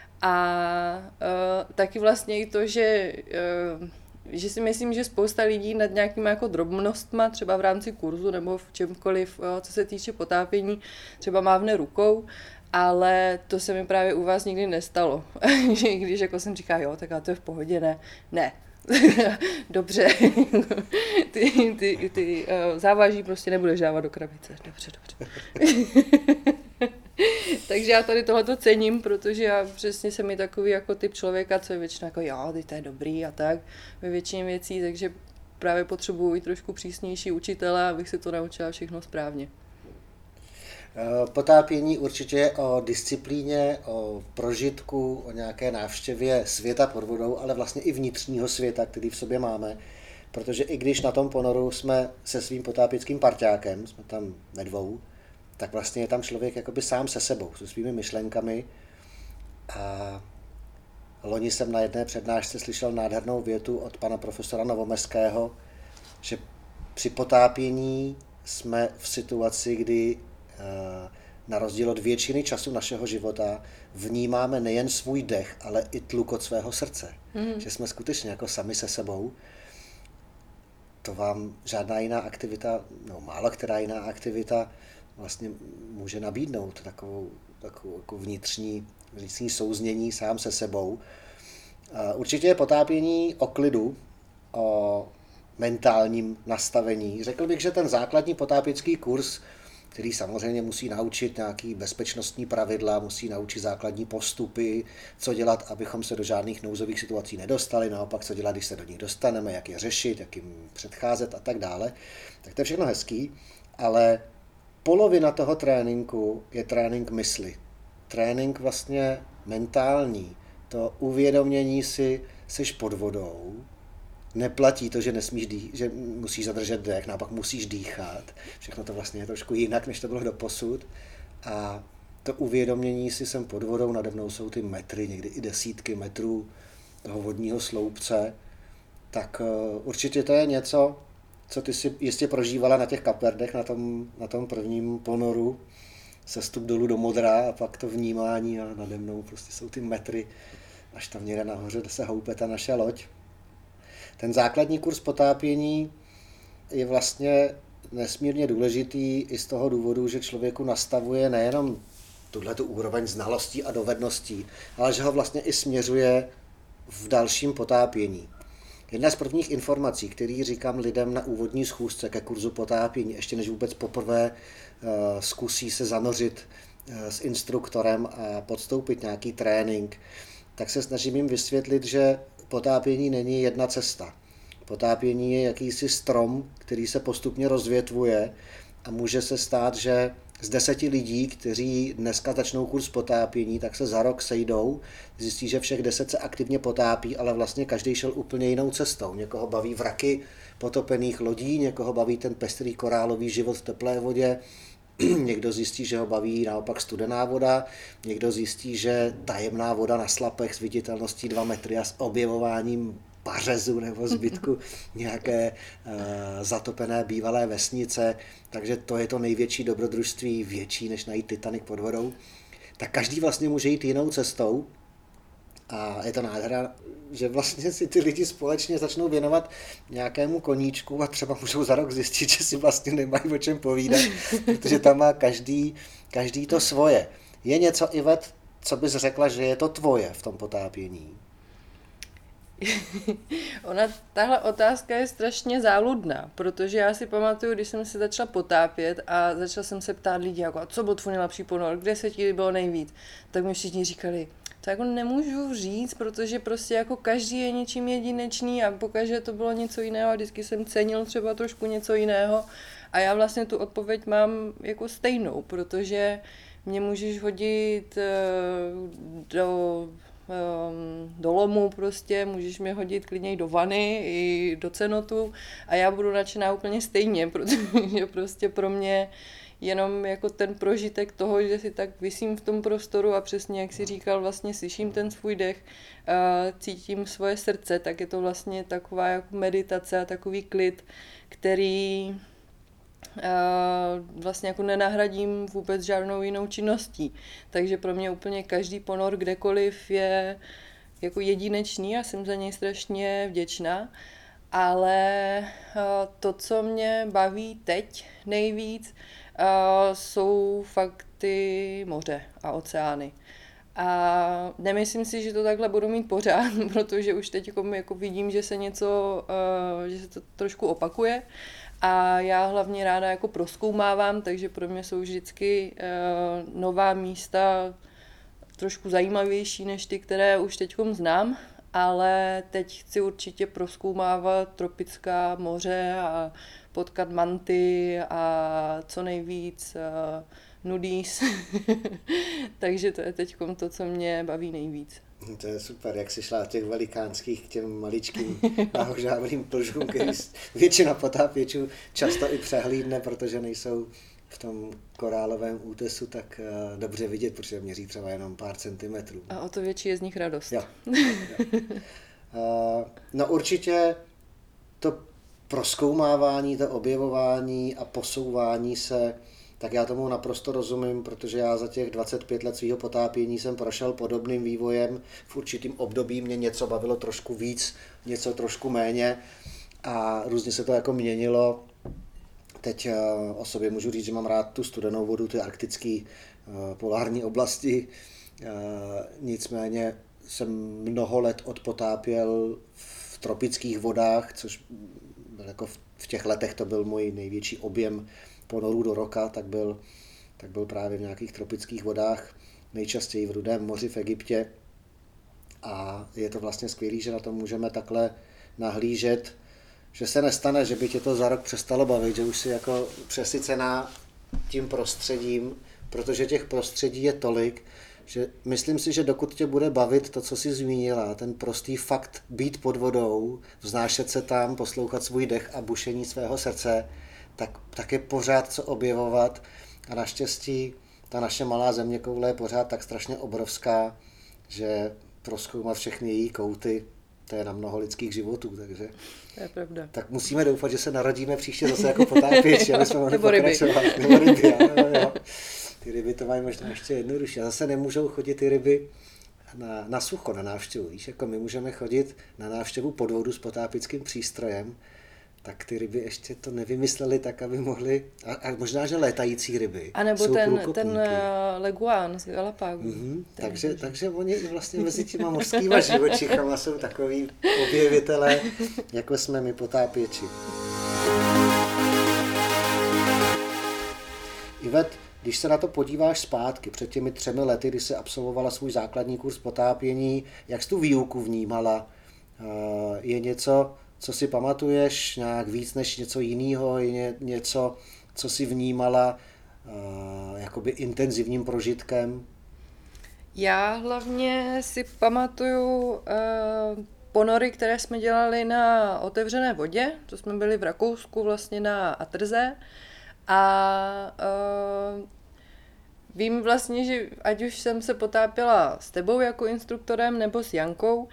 A taky vlastně i to, že... že si myslím, že spousta lidí nad nějakýma jako drobnostma, třeba v rámci kurzu nebo v čemkoliv, co se týče potápění, třeba mávne rukou, ale to se mi právě u vás nikdy nestalo. Že když jako jsem říkala, jo, tak a to je v pohodě, ne, ne. Dobře, ty, ty, ty uh, závaží prostě nebudeš dávat do krabice. Dobře, dobře. Takže já tady tohleto cením, protože já přesně jsem i takový jako typ člověka, co je většinou jako jo, ty to je dobrý a tak ve většině věcí, takže právě potřebuji i trošku přísnější učitele, abych si to naučila všechno správně. Potápění určitě je o disciplíně, o prožitku, o nějaké návštěvě světa pod vodou, ale vlastně i vnitřního světa, který v sobě máme. Protože i když na tom ponoru jsme se svým potápěckým parťákem, jsme tam ve dvou, tak vlastně je tam člověk jakoby sám se sebou, se svými myšlenkami. A loni jsem na jedné přednášce slyšel nádhernou větu od pana profesora Novomeského, že při potápění jsme v situaci, kdy na rozdíl od většiny času našeho života vnímáme nejen svůj dech, ale i tlukot svého srdce. Mm. Že jsme skutečně jako sami se sebou. To vám žádná jiná aktivita, no málo která jiná aktivita vlastně může nabídnout takovou, takovou jako vnitřní, vnitřní souznění sám se sebou. Určitě je potápění o klidu, o mentálním nastavení. Řekl bych, že ten základní potápěcký kurz, který samozřejmě musí naučit nějaký bezpečnostní pravidla, musí naučit základní postupy, co dělat, abychom se do žádných nouzových situací nedostali, naopak co dělat, když se do nich dostaneme, jak je řešit, jak jim předcházet a tak dále. Tak to je všechno hezký, ale polovina toho tréninku je trénink mysli. Trénink vlastně mentální, to uvědomění si, seš pod vodou, neplatí to, že nesmíš dý, že musíš zadržet dech, naopak musíš dýchat. Všechno to vlastně je trošku jinak, než to bylo doposud. A to uvědomění si jsem pod vodou, nade mnou jsou ty metry, někdy i desítky metrů toho vodního sloupce, tak určitě to je něco, co ty si jistě prožívala na těch Kapverdech, na tom, na tom prvním ponoru, sestup dolů do modra a pak to vnímání a nade mnou prostě jsou ty metry, až tam někde nahoře se houpe ta naše loď. Ten základní kurz potápění je vlastně nesmírně důležitý i z toho důvodu, že člověku nastavuje nejenom tuhletu úroveň znalostí a dovedností, ale že ho vlastně i směřuje v dalším potápění. Jedna z prvních informací, který říkám lidem na úvodní schůzce ke kurzu potápění, ještě než vůbec poprvé uh, zkusí se zanořit uh, s instruktorem a podstoupit nějaký trénink, tak se snažím jim vysvětlit, že potápění není jedna cesta. Potápění je jakýsi strom, který se postupně rozvětvuje a může se stát, že z deseti lidí, kteří dneska začnou kurz potápění, tak se za rok sejdou, zjistí, že všech deset se aktivně potápí, ale vlastně každý šel úplně jinou cestou. Někoho baví vraky potopených lodí, někoho baví ten pestrý korálový život v teplé vodě, někdo zjistí, že ho baví naopak studená voda, někdo zjistí, že tajemná voda na slapech s viditelností dva metry a s objevováním pařezu nebo zbytku nějaké uh, zatopené bývalé vesnice, takže to je to největší dobrodružství, větší než najít Titanic pod vodou. Tak každý vlastně může jít jinou cestou a je to nádhera, že vlastně si ty lidi společně začnou věnovat nějakému koníčku a třeba můžou za rok zjistit, že si vlastně nemají o čem povídat, protože tam má každý, každý to svoje. Je něco, Ivet, co bys řekla, že je to tvoje v tom potápění? Ona, tahle otázka je strašně záludná, protože já si pamatuju, když jsem se začala potápět a začala jsem se ptát lidí, jako, a co byl tvůj nejlepší ponor, kde se ti líbilo nejvíc, tak mi všichni říkali, to jako nemůžu říct, protože prostě jako každý je něčím jedinečný a pokaždé to bylo něco jiného a vždycky jsem cenil třeba trošku něco jiného a já vlastně tu odpověď mám jako stejnou, protože mě můžeš hodit do do lomu prostě, můžeš mě hodit klidně i do vany, i do cenotu a já budu nadšená úplně stejně, protože prostě pro mě jenom jako ten prožitek toho, že si tak visím v tom prostoru a přesně jak si říkal, vlastně slyším ten svůj dech, cítím svoje srdce, tak je to vlastně taková jako meditace a takový klid, který vlastně jako nenahradím vůbec žádnou jinou činností. Takže pro mě úplně každý ponor kdekoliv je jako jedinečný a jsem za něj strašně vděčná. Ale to, co mě baví teď nejvíc, jsou fakt ty moře a oceány. A nemyslím si, že to takhle budu mít pořád, protože už teď jako vidím, že se něco, že se to trošku opakuje. A já hlavně ráda jako prozkoumávám, takže pro mě jsou vždycky uh, nová místa trošku zajímavější než ty, které už teďkom znám, ale teď chci určitě prozkoumávat tropická moře a potkat manty a co nejvíc uh, nudís. Takže to je teďkom to, co mě baví nejvíc. To je super, jak jsi šla od těch velikánských k těm maličkým nahořávlým plžům, který většina potápěčů často i přehlídne, protože nejsou v tom korálovém útesu tak dobře vidět, protože měří třeba jenom pár centimetrů. A o to větší je z nich radost. Jo. jo. No určitě to prozkoumávání, to objevování a posouvání se, tak já tomu naprosto rozumím, protože já za těch dvacet pět let svého potápění jsem prošel podobným vývojem. V určitým období mě něco bavilo trošku víc, něco trošku méně a různě se to jako měnilo. Teď o sobě můžu říct, že mám rád tu studenou vodu, ty arktické polární oblasti. Nicméně jsem mnoho let odpotápěl v tropických vodách, což jako v těch letech to byl můj největší objem ponorů do roka, tak byl, tak byl právě v nějakých tropických vodách, nejčastěji v Rudém moři v Egyptě. A je to vlastně skvělé, že na to můžeme takhle nahlížet, že se nestane, že by tě to za rok přestalo bavit, že už si jako přesycená tím prostředím, protože těch prostředí je tolik, že myslím si, že dokud tě bude bavit to, co jsi zmínila, ten prostý fakt být pod vodou, vznášet se tam, poslouchat svůj dech a bušení svého srdce, tak, tak je pořád co objevovat a naštěstí ta naše malá zeměkoule je pořád tak strašně obrovská, že prozkoumat všechny její kouty, to je na mnoho lidských životů, takže to je pravda. Tak musíme doufat, že se narodíme příště zase jako potápěči, aby jsme mohli Nebo pokračovat. Ryby. Nebo ryby. Jo, jo, jo. Ty ryby to mají možná ještě jednodušší. A zase nemůžou chodit ty ryby na, na sucho, na návštěvu. Víš, jako my můžeme chodit na návštěvu pod vodu s potápěckým přístrojem, tak ty ryby ještě to nevymysleli tak, aby mohly, a, a možná, že létající ryby. A nebo ten, ten leguán z Galapágu. Mm-hmm. Takže, takže oni vlastně mezi těma mořskýma živočichama jsou takový objevitelé, jako jsme my potápěči. Ivet, když se na to podíváš zpátky, před těmi třemi lety, kdy jsi absolvovala svůj základní kurz potápění, jak jsi tu výuku vnímala? Je něco, co si pamatuješ nějak víc než něco jiného, je něco, co si vnímala uh, jakoby intenzivním prožitkem? Já hlavně si pamatuju uh, ponory, které jsme dělali na otevřené vodě, to jsme byli v Rakousku vlastně na Atrze a uh, vím vlastně, že ať už jsem se potápěla s tebou jako instruktorem nebo s Jankou,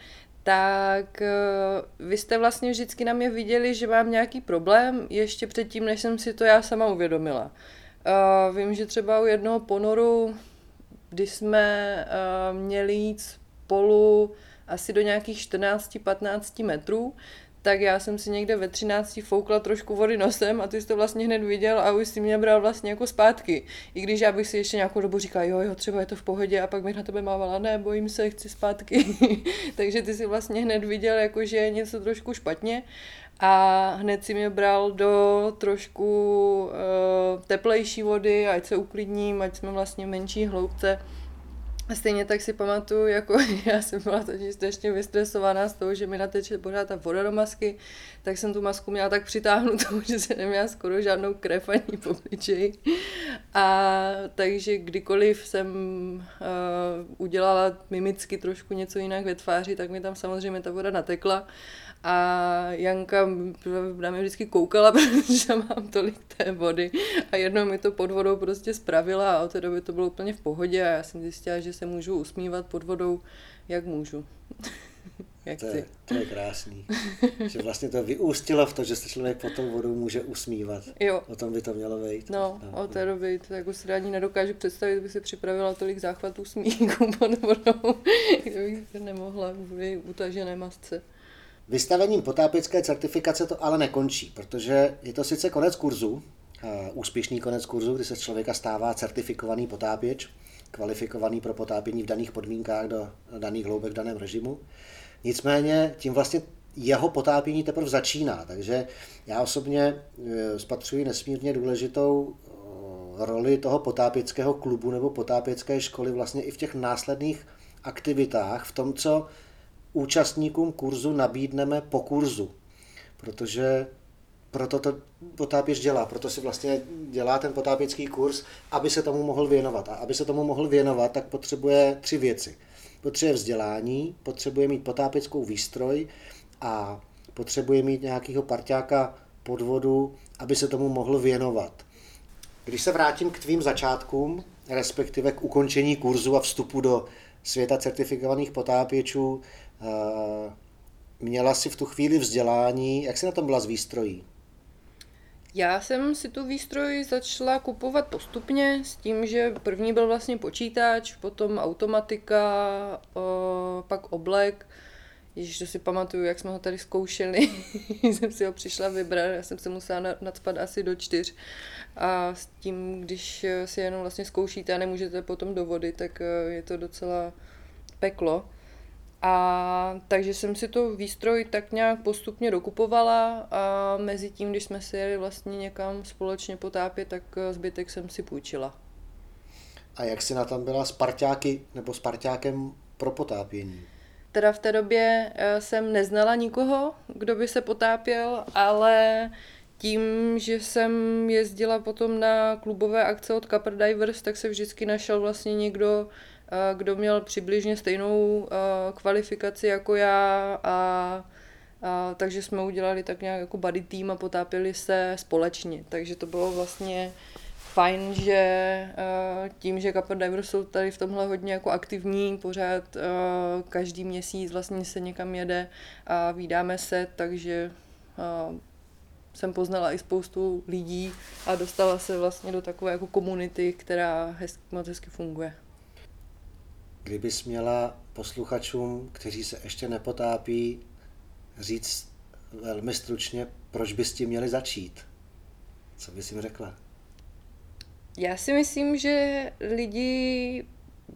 tak uh, vy jste vlastně vždycky na mě viděli, že mám nějaký problém, ještě předtím, než jsem si to já sama uvědomila. Uh, vím, že třeba u jednoho ponoru, když jsme uh, měli jít spolu asi do nějakých čtrnáct patnáct metrů, tak já jsem si někde ve třinácti foukla trošku vody nosem a ty jsi to vlastně hned viděl a už si mě bral vlastně jako zpátky. I když já bych si ještě nějakou dobu říkala, jo, jo, třeba je to v pohodě a pak bych na tebe mávala, ne, bojím se, chci zpátky. Takže ty si vlastně hned viděl, jako, že je něco trošku špatně a hned si mě bral do trošku uh, teplejší vody, ať se uklidním, ať jsme vlastně v menší hloubce. A stejně tak si pamatuju, jako já jsem byla totiž strašně vystresovaná z toho, že mi nateče pořád ta voda do masky, tak jsem tu masku měla tak přitáhnutou, že se neměla skoro žádnou krev ani po obličeji. A takže kdykoliv jsem uh, udělala mimicky trošku něco jinak ve tváři, tak mi tam samozřejmě ta voda natekla. A Janka na mě vždycky koukala, protože tam mám tolik té vody a jednou mi to pod vodou prostě spravila a od té doby to bylo úplně v pohodě a já jsem zjistila, že se můžu usmívat pod vodou, jak můžu. Jak to, je, to je krásný, že vlastně to vyústilo v to, že se člověk pod tou vodou může usmívat. Jo. O tom by to mělo být. No, no od té doby to jako si ani nedokážu představit, bych si připravila tolik záchvatů smíchů pod vodou, kdybych se nemohla kvůli utažené masce. Vystavením potápěcké certifikace to ale nekončí, protože je to sice konec kurzu, úspěšný konec kurzu, kdy se z člověka stává certifikovaný potápěč, kvalifikovaný pro potápění v daných podmínkách do daných hloubek v daném režimu. Nicméně tím vlastně jeho potápění teprve začíná, takže já osobně spatřuji nesmírně důležitou roli toho potápěckého klubu nebo potápěcké školy vlastně i v těch následných aktivitách, v tom, co účastníkům kurzu nabídneme po kurzu, protože proto to potápěč dělá, proto si vlastně dělá ten potápěcký kurz, aby se tomu mohl věnovat. A aby se tomu mohl věnovat, tak potřebuje tři věci. Potřebuje vzdělání, potřebuje mít potápěckou výstroj a potřebuje mít nějakého parťáka pod vodu, aby se tomu mohl věnovat. Když se vrátím k tvým začátkům, respektive k ukončení kurzu a vstupu do světa certifikovaných potápěčů, měla jsi v tu chvíli vzdělání, jak jsi na tom byla s výstrojí? Já jsem si tu výstroj začala kupovat postupně s tím, že první byl vlastně počítač, potom automatika, pak oblek. Ježiš, to si pamatuju, jak jsme ho tady zkoušeli, jsem si ho přišla vybrat, já jsem se musela nacpat asi do čtyř. A s tím, když si jenom vlastně zkoušíte a nemůžete potom do vody, tak je to docela peklo. A takže jsem si to výstroj tak nějak postupně dokupovala a mezi tím, když jsme se jeli vlastně někam společně potápět, tak zbytek jsem si půjčila. A jak jsi na tom byla s parťáky nebo s parťákem pro potápění? Teda v té době jsem neznala nikoho, kdo by se potápěl, ale tím, že jsem jezdila potom na klubové akce od Copper Divers, tak se vždycky našel vlastně někdo, kdo měl přibližně stejnou kvalifikaci jako já a, a takže jsme udělali tak nějak jako buddy tým a potápěli se společně. Takže to bylo vlastně fajn, že tím, že Copper Divers jsou tady v tomhle hodně jako aktivní, pořád každý měsíc vlastně se někam jede a vídáme se, takže jsem poznala i spoustu lidí a dostala se vlastně do takové jako komunity, která hezky, moc hezky funguje. Kdybys měla posluchačům, kteří se ještě nepotápí, říct velmi stručně, proč bys tím měli začít? Co bys jim řekla? Já si myslím, že lidi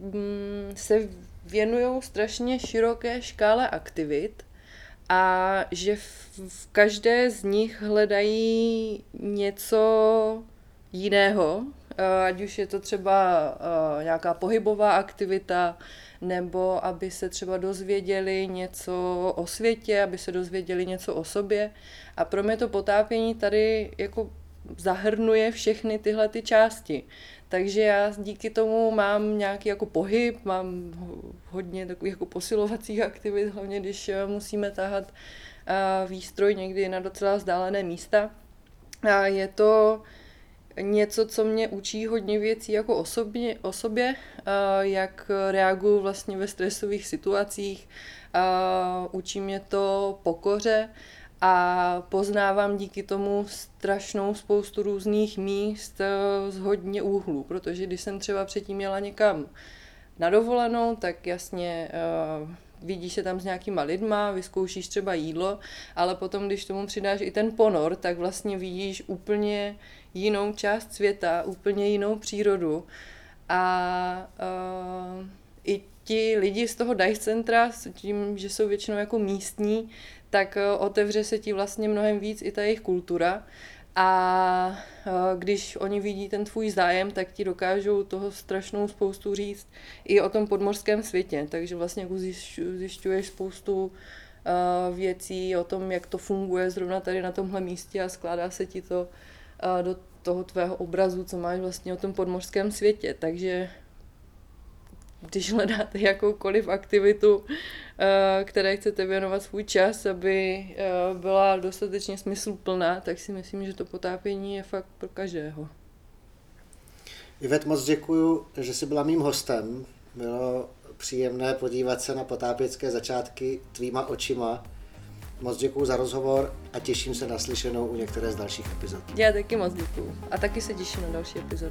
se věnují strašně široké škále aktivit a že v každé z nich hledají něco jiného, ať už je to třeba nějaká pohybová aktivita, nebo aby se třeba dozvěděli něco o světě, aby se dozvěděli něco o sobě. A pro mě to potápění tady jako zahrnuje všechny tyhle ty části. Takže já díky tomu mám nějaký jako pohyb, mám hodně takových jako posilovacích aktivit, hlavně když musíme tahat výstroj někdy na docela vzdálené místa. A je to něco, co mě učí hodně věcí jako osobně, o sobě, jak reaguju vlastně ve stresových situacích, učí mě to pokoře a poznávám díky tomu strašnou spoustu různých míst z hodně úhlů, protože když jsem třeba předtím jela někam na dovolenou, tak jasně vidíš se tam s nějakýma lidma, vyzkoušíš třeba jídlo, ale potom, když tomu přidáš i ten ponor, tak vlastně vidíš úplně jinou část světa, úplně jinou přírodu. A uh, i ti lidi z toho dive centra, s tím, že jsou většinou jako místní, tak uh, otevře se ti vlastně mnohem víc i ta jejich kultura. A uh, když oni vidí ten tvůj zájem, tak ti dokážou toho strašnou spoustu říct i o tom podmořském světě. Takže vlastně jako zjišťuješ spoustu uh, věcí o tom, jak to funguje zrovna tady na tomhle místě a skládá se ti to uh, do toho tvého obrazu, co máš vlastně o tom podmořském světě. Takže když hledáte jakoukoliv aktivitu, které chcete věnovat svůj čas, aby byla dostatečně smysluplná, tak si myslím, že to potápění je fakt pro každého. Ivet, moc děkuju, že jsi byla mým hostem. Bylo příjemné podívat se na potápěcké začátky tvýma očima. Moc děkuju za rozhovor a těším se na slyšenou u některé z dalších epizod. Já taky moc děkuju a taky se těším na další epizody.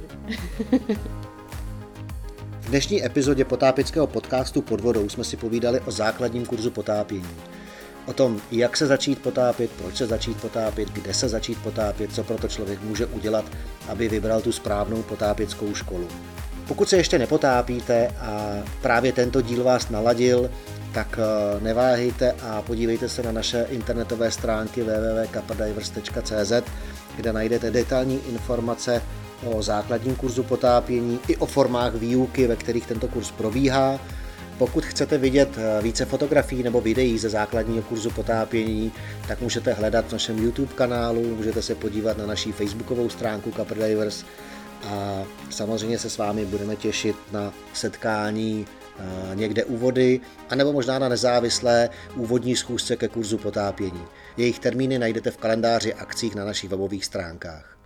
V dnešní epizodě potápěckého podcastu Pod vodou jsme si povídali o základním kurzu potápění. O tom, jak se začít potápět, proč se začít potápět, kde se začít potápět, co proto člověk může udělat, aby vybral tu správnou potápěckou školu. Pokud se ještě nepotápíte a právě tento díl vás naladil, tak neváhejte a podívejte se na naše internetové stránky w w w tečka copperdivers tečka c z, kde najdete detailní informace o základním kurzu potápění i o formách výuky, ve kterých tento kurz probíhá. Pokud chcete vidět více fotografií nebo videí ze základního kurzu potápění, tak můžete hledat v našem YouTube kanálu, můžete se podívat na naší facebookovou stránku Copper Divers a samozřejmě se s vámi budeme těšit na setkání někde u vody, anebo možná na nezávislé úvodní schůzce ke kurzu potápění. Jejich termíny najdete v kalendáři akcích na našich webových stránkách.